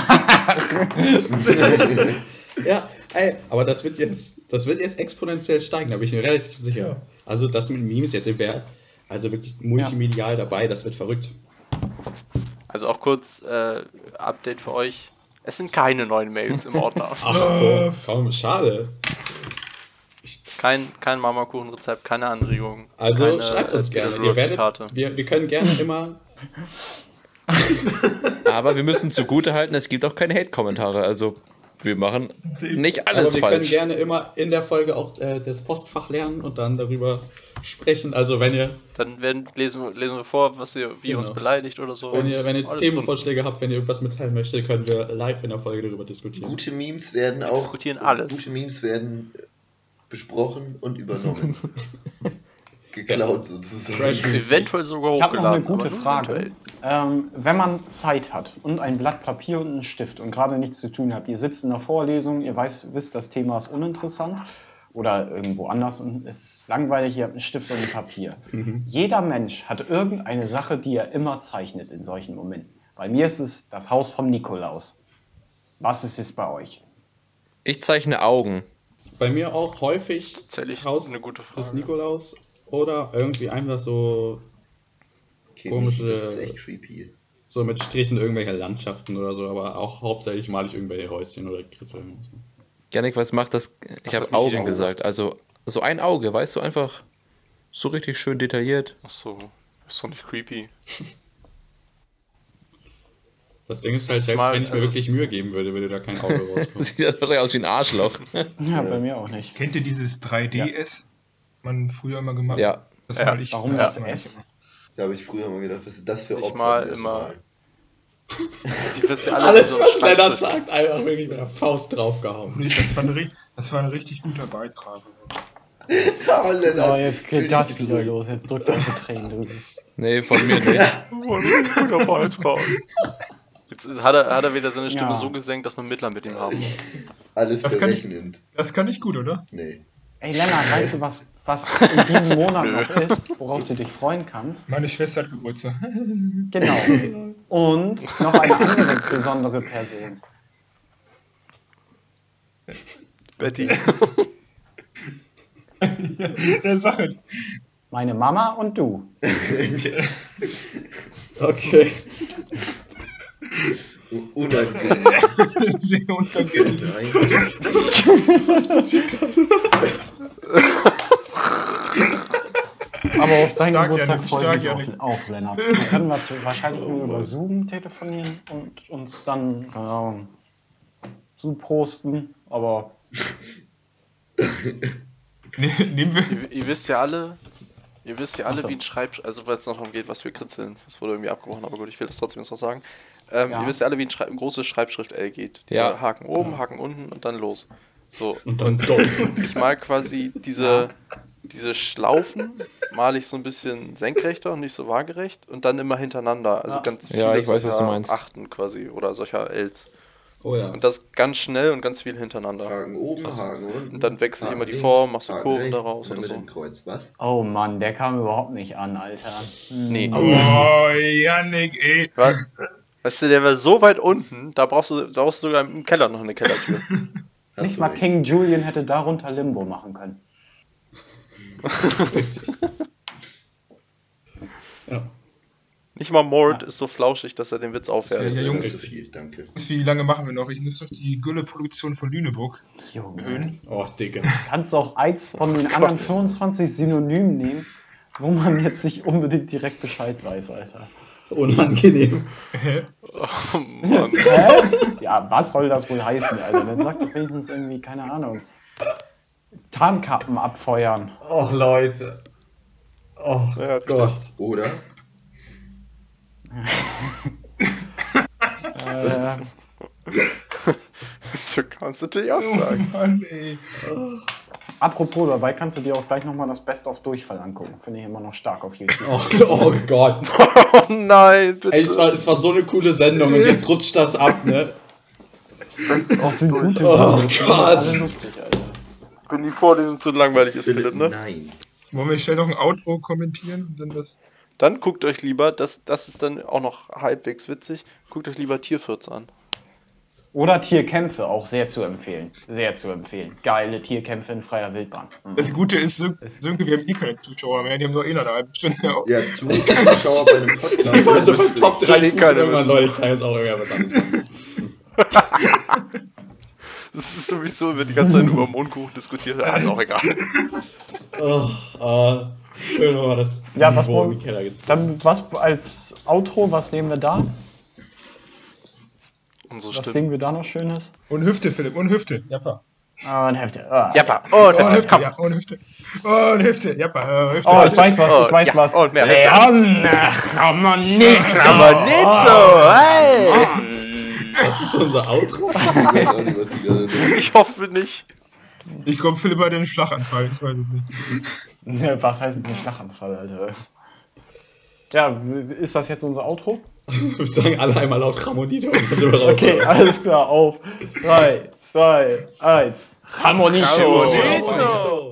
Ja, ey, aber das wird jetzt, das wird jetzt exponentiell steigen, da bin ich mir relativ sicher. Ja. Also das mit Memes, jetzt sind wir also wirklich multimedial dabei, das wird verrückt. Also auch kurz äh, Update für euch. Es sind keine neuen Mails im Ordner. Ach komm, komm, schade. Kein, kein Marmorkuchenrezept, keine Anregungen. Also keine, schreibt uns äh, gerne. Peter Ihr Lübers werdet, Zitate. wir, wir können gerne immer. Aber wir müssen zugute halten, es gibt auch keine Hate-Kommentare. Also Wir machen nicht Aber alles wir können falsch. gerne immer in der Folge auch äh, das Postfach lernen und dann darüber sprechen. Also wenn ihr, Dann werden, lesen, wir- lesen wir vor, was ihr, wie ihr uns Genau. beleidigt oder so. wenn ihr, wenn ihr Alles Themenvorschläge habt, wenn ihr irgendwas mitteilen möchtet, können wir live in der Folge darüber diskutieren. Gute Memes werden auch. diskutieren alles. Gute Memes werden besprochen und übernommen. Geklaut sozusagen. Trash drin. Memes. Eventuell sogar Ich habe noch eine hochgeladen. gute aber nur Frage. eventuell. Ähm, wenn man Zeit hat und ein Blatt Papier und einen Stift und gerade nichts zu tun habt, ihr sitzt in der Vorlesung, ihr weiß, wisst, das Thema ist uninteressant oder irgendwo anders und es ist langweilig, ihr habt einen Stift und ein Papier. Jeder Mensch hat irgendeine Sache, die er immer zeichnet in solchen Momenten. Bei mir ist es das Haus vom Nikolaus. Was ist es bei euch? Ich zeichne Augen. Bei mir auch häufig Tatsächlich Haus eine gute des Frage. Nikolaus oder irgendwie einfach so, Okay, komische- Das ist echt creepy. so mit Strichen irgendwelche Landschaften oder so, aber auch hauptsächlich male ich irgendwelche Häuschen oder Kritzeln. und so. Janik, was macht das? Ich Das habe hat mich Augen auch gesagt. Also so ein Auge, weißt du, einfach so richtig schön detailliert. Achso, ist doch nicht creepy. Das Ding ist halt, selbst mal- wenn ich mir also wirklich es- Mühe geben würde, würde da kein Auge rauskommen. Sieht ja doch aus wie ein Arschloch. Ja, bei mir auch nicht. Kennt ihr dieses drei D S, man früher immer gemacht hat? Ja. Das Ja. mal ich. Warum ja, das mal ich S? immer. Da habe ich früher mal gedacht, was ist das für Ich Opfer? mal die das immer- malen? Die wisst ja alle, Alles, so was Lennart Schreibschrift- sagt, einfach wirklich mit der Faust draufgehauen. Nee, Das war, ein, ri- das war ein richtig guter Beitrag. Oh, Lennart, Oh, jetzt fühl geht dich das wieder gedrückt. los. Jetzt drückt eure Tränen drüber. Nee, von mir nicht. Guter Beitrag. Jetzt ist- hat er, hat er wieder seine Stimme Ja. so gesenkt, dass man Mitleid mit ihm haben muss. Alles Das kann ich- berechnend. Das kann ich gut, oder? Nee. Ey, Lennart, weißt du, was, was in diesem Monat noch ist, worauf du dich freuen kannst? Meine Schwester hat Geburtstag. Genau. Und noch eine andere besondere Person. Betty. Der Sache. Meine Mama und du. Okay. Unangenehm. Sehr unangenehm. Drei. Was passiert gerade? Aber auf deinen Stark, Geburtstag Janik, freue stark, ich mich Janik. auch, auch, Lennart. Dann können wir zu- wahrscheinlich nur über Zoom telefonieren und uns dann, keine Ahnung, zuprosten. Aber Ne, nehmen wir. ihr, ihr wisst ja alle, ihr wisst ja alle, Ach so. wie ein Schreib... Also, weil es noch darum geht, was wir kritzeln. Das wurde irgendwie abgebrochen, aber gut, ich will das trotzdem jetzt noch sagen. Ähm, Ja. Ihr wisst ja alle, wie ein, Schrei ein großes Schreibschrift-L geht. Dieser Ja. Haken oben, Haken unten und dann los. So, Und dann Go. ich mal quasi diese, diese Schlaufen male ich so ein bisschen senkrechter und nicht so waagerecht und dann immer hintereinander. Also Ja. ganz viele Ja, ich weiß, was du solcher meinst. Achten quasi oder solcher Ls. Oh ja. Und das ganz schnell und ganz viel hintereinander. Haken oben, Haken unten. Und dann wechsle ich Haken immer die links, Form, mach so Haken Kurven rechts daraus und oder dann so. mit dem Kreuz. Was? oh Mann, der kam überhaupt nicht an, Alter. Hm. Nee. Oh, Janik, ey. Wa- Weißt du, der war so weit unten, da brauchst du, da brauchst du sogar im Keller noch eine Kellertür. Hast Nicht du mal recht. King Julian hätte darunter Limbo machen können. Richtig. Ja. Nicht mal Mord ist so flauschig, dass er den Witz Das aufhört. Ja, wäre Jungs. zu viel, danke. Wie lange machen wir noch? Ich muss noch die Gülle-Produktion von Lüneburg Junge. erhöhen. Oh, Digga. Kannst du auch eins von den Gott. anderen fünfundzwanzig Synonymen nehmen, wo man jetzt nicht unbedingt direkt Bescheid weiß, Alter. Unangenehm. Oh Mann. Hä? Ja, was soll das wohl heißen, Alter? Dann sagt doch wenigstens irgendwie, keine Ahnung, Tarnkappen abfeuern. Och, Leute. Oh Ja, richtig. Gott. Oder? Äh, So kannst du natürlich auch Oh sagen. Mann, ey. apropos, dabei kannst du dir auch gleich nochmal das Best of Durchfall angucken. Finde ich immer noch stark auf YouTube. Oh, oh Gott. Oh nein, bitte. Ey, es war, es war so eine coole Sendung und jetzt rutscht das ab, ne? Das sind gute Oh Sachen. Die sind Gott. alle lustig, Alter. Wenn die Vorlesung zu langweilig ist, Philipp, Philipp, ne? nein. Wollen wir schnell noch ein Outro kommentieren? Und dann das. Dann guckt euch lieber, das, das ist dann auch noch halbwegs witzig, guckt euch lieber Tierfürze an. Oder Tierkämpfe, auch sehr zu empfehlen. Sehr zu empfehlen. Geile Tierkämpfe in freier Wildbahn. Mhm. Das Gute ist, Sön- Sönke, wir haben eh keine Zuschauer mehr. Die haben nur eh noch eine halbe Stunde. Ja, zu Zuschauer bei einem Podcast. Also von Top Das drei ist keine irgendwann, Witze. Leute, ich kann jetzt auch irgendwas anderes machen. Das ist sowieso, wird die ganze Zeit nur über Mondkuchen diskutiert, ah, ist auch egal. Oh, oh, schön, wenn man das Ja, was Niveau in wollen- die Keller gezogen. Dann was als Outro, was nehmen wir da? Unsere Was Stimmen. singen wir da noch Schönes? Und Hüfte, Philipp, und Hüfte. Jappa. Ah, eine Hälfte. Ah. Jappa. Und Und Hüfte. Hüfte, Komm. ja, und Hüfte. Und Hüfte, Jappa, äh, Hüfte. Oh, ich weiß was, Oh, ich weiß ja, was. und mehr. Leon Ramonito. Ramonito, hey! Das ist unser Outro? Ich weiß auch nicht, was sie gerade tun. Ich hoffe nicht. Ich glaube, Philipp hat einen Schlaganfall, ich weiß es nicht. Was heißt denn Schlaganfall, Alter? Ja, ist das jetzt unser Outro? Wir sagen alle einmal laut Ramonito und dann sind wir raus. Okay, alles klar, auf. drei, zwei, eins. Ramonito. Ramonito. Ramonito.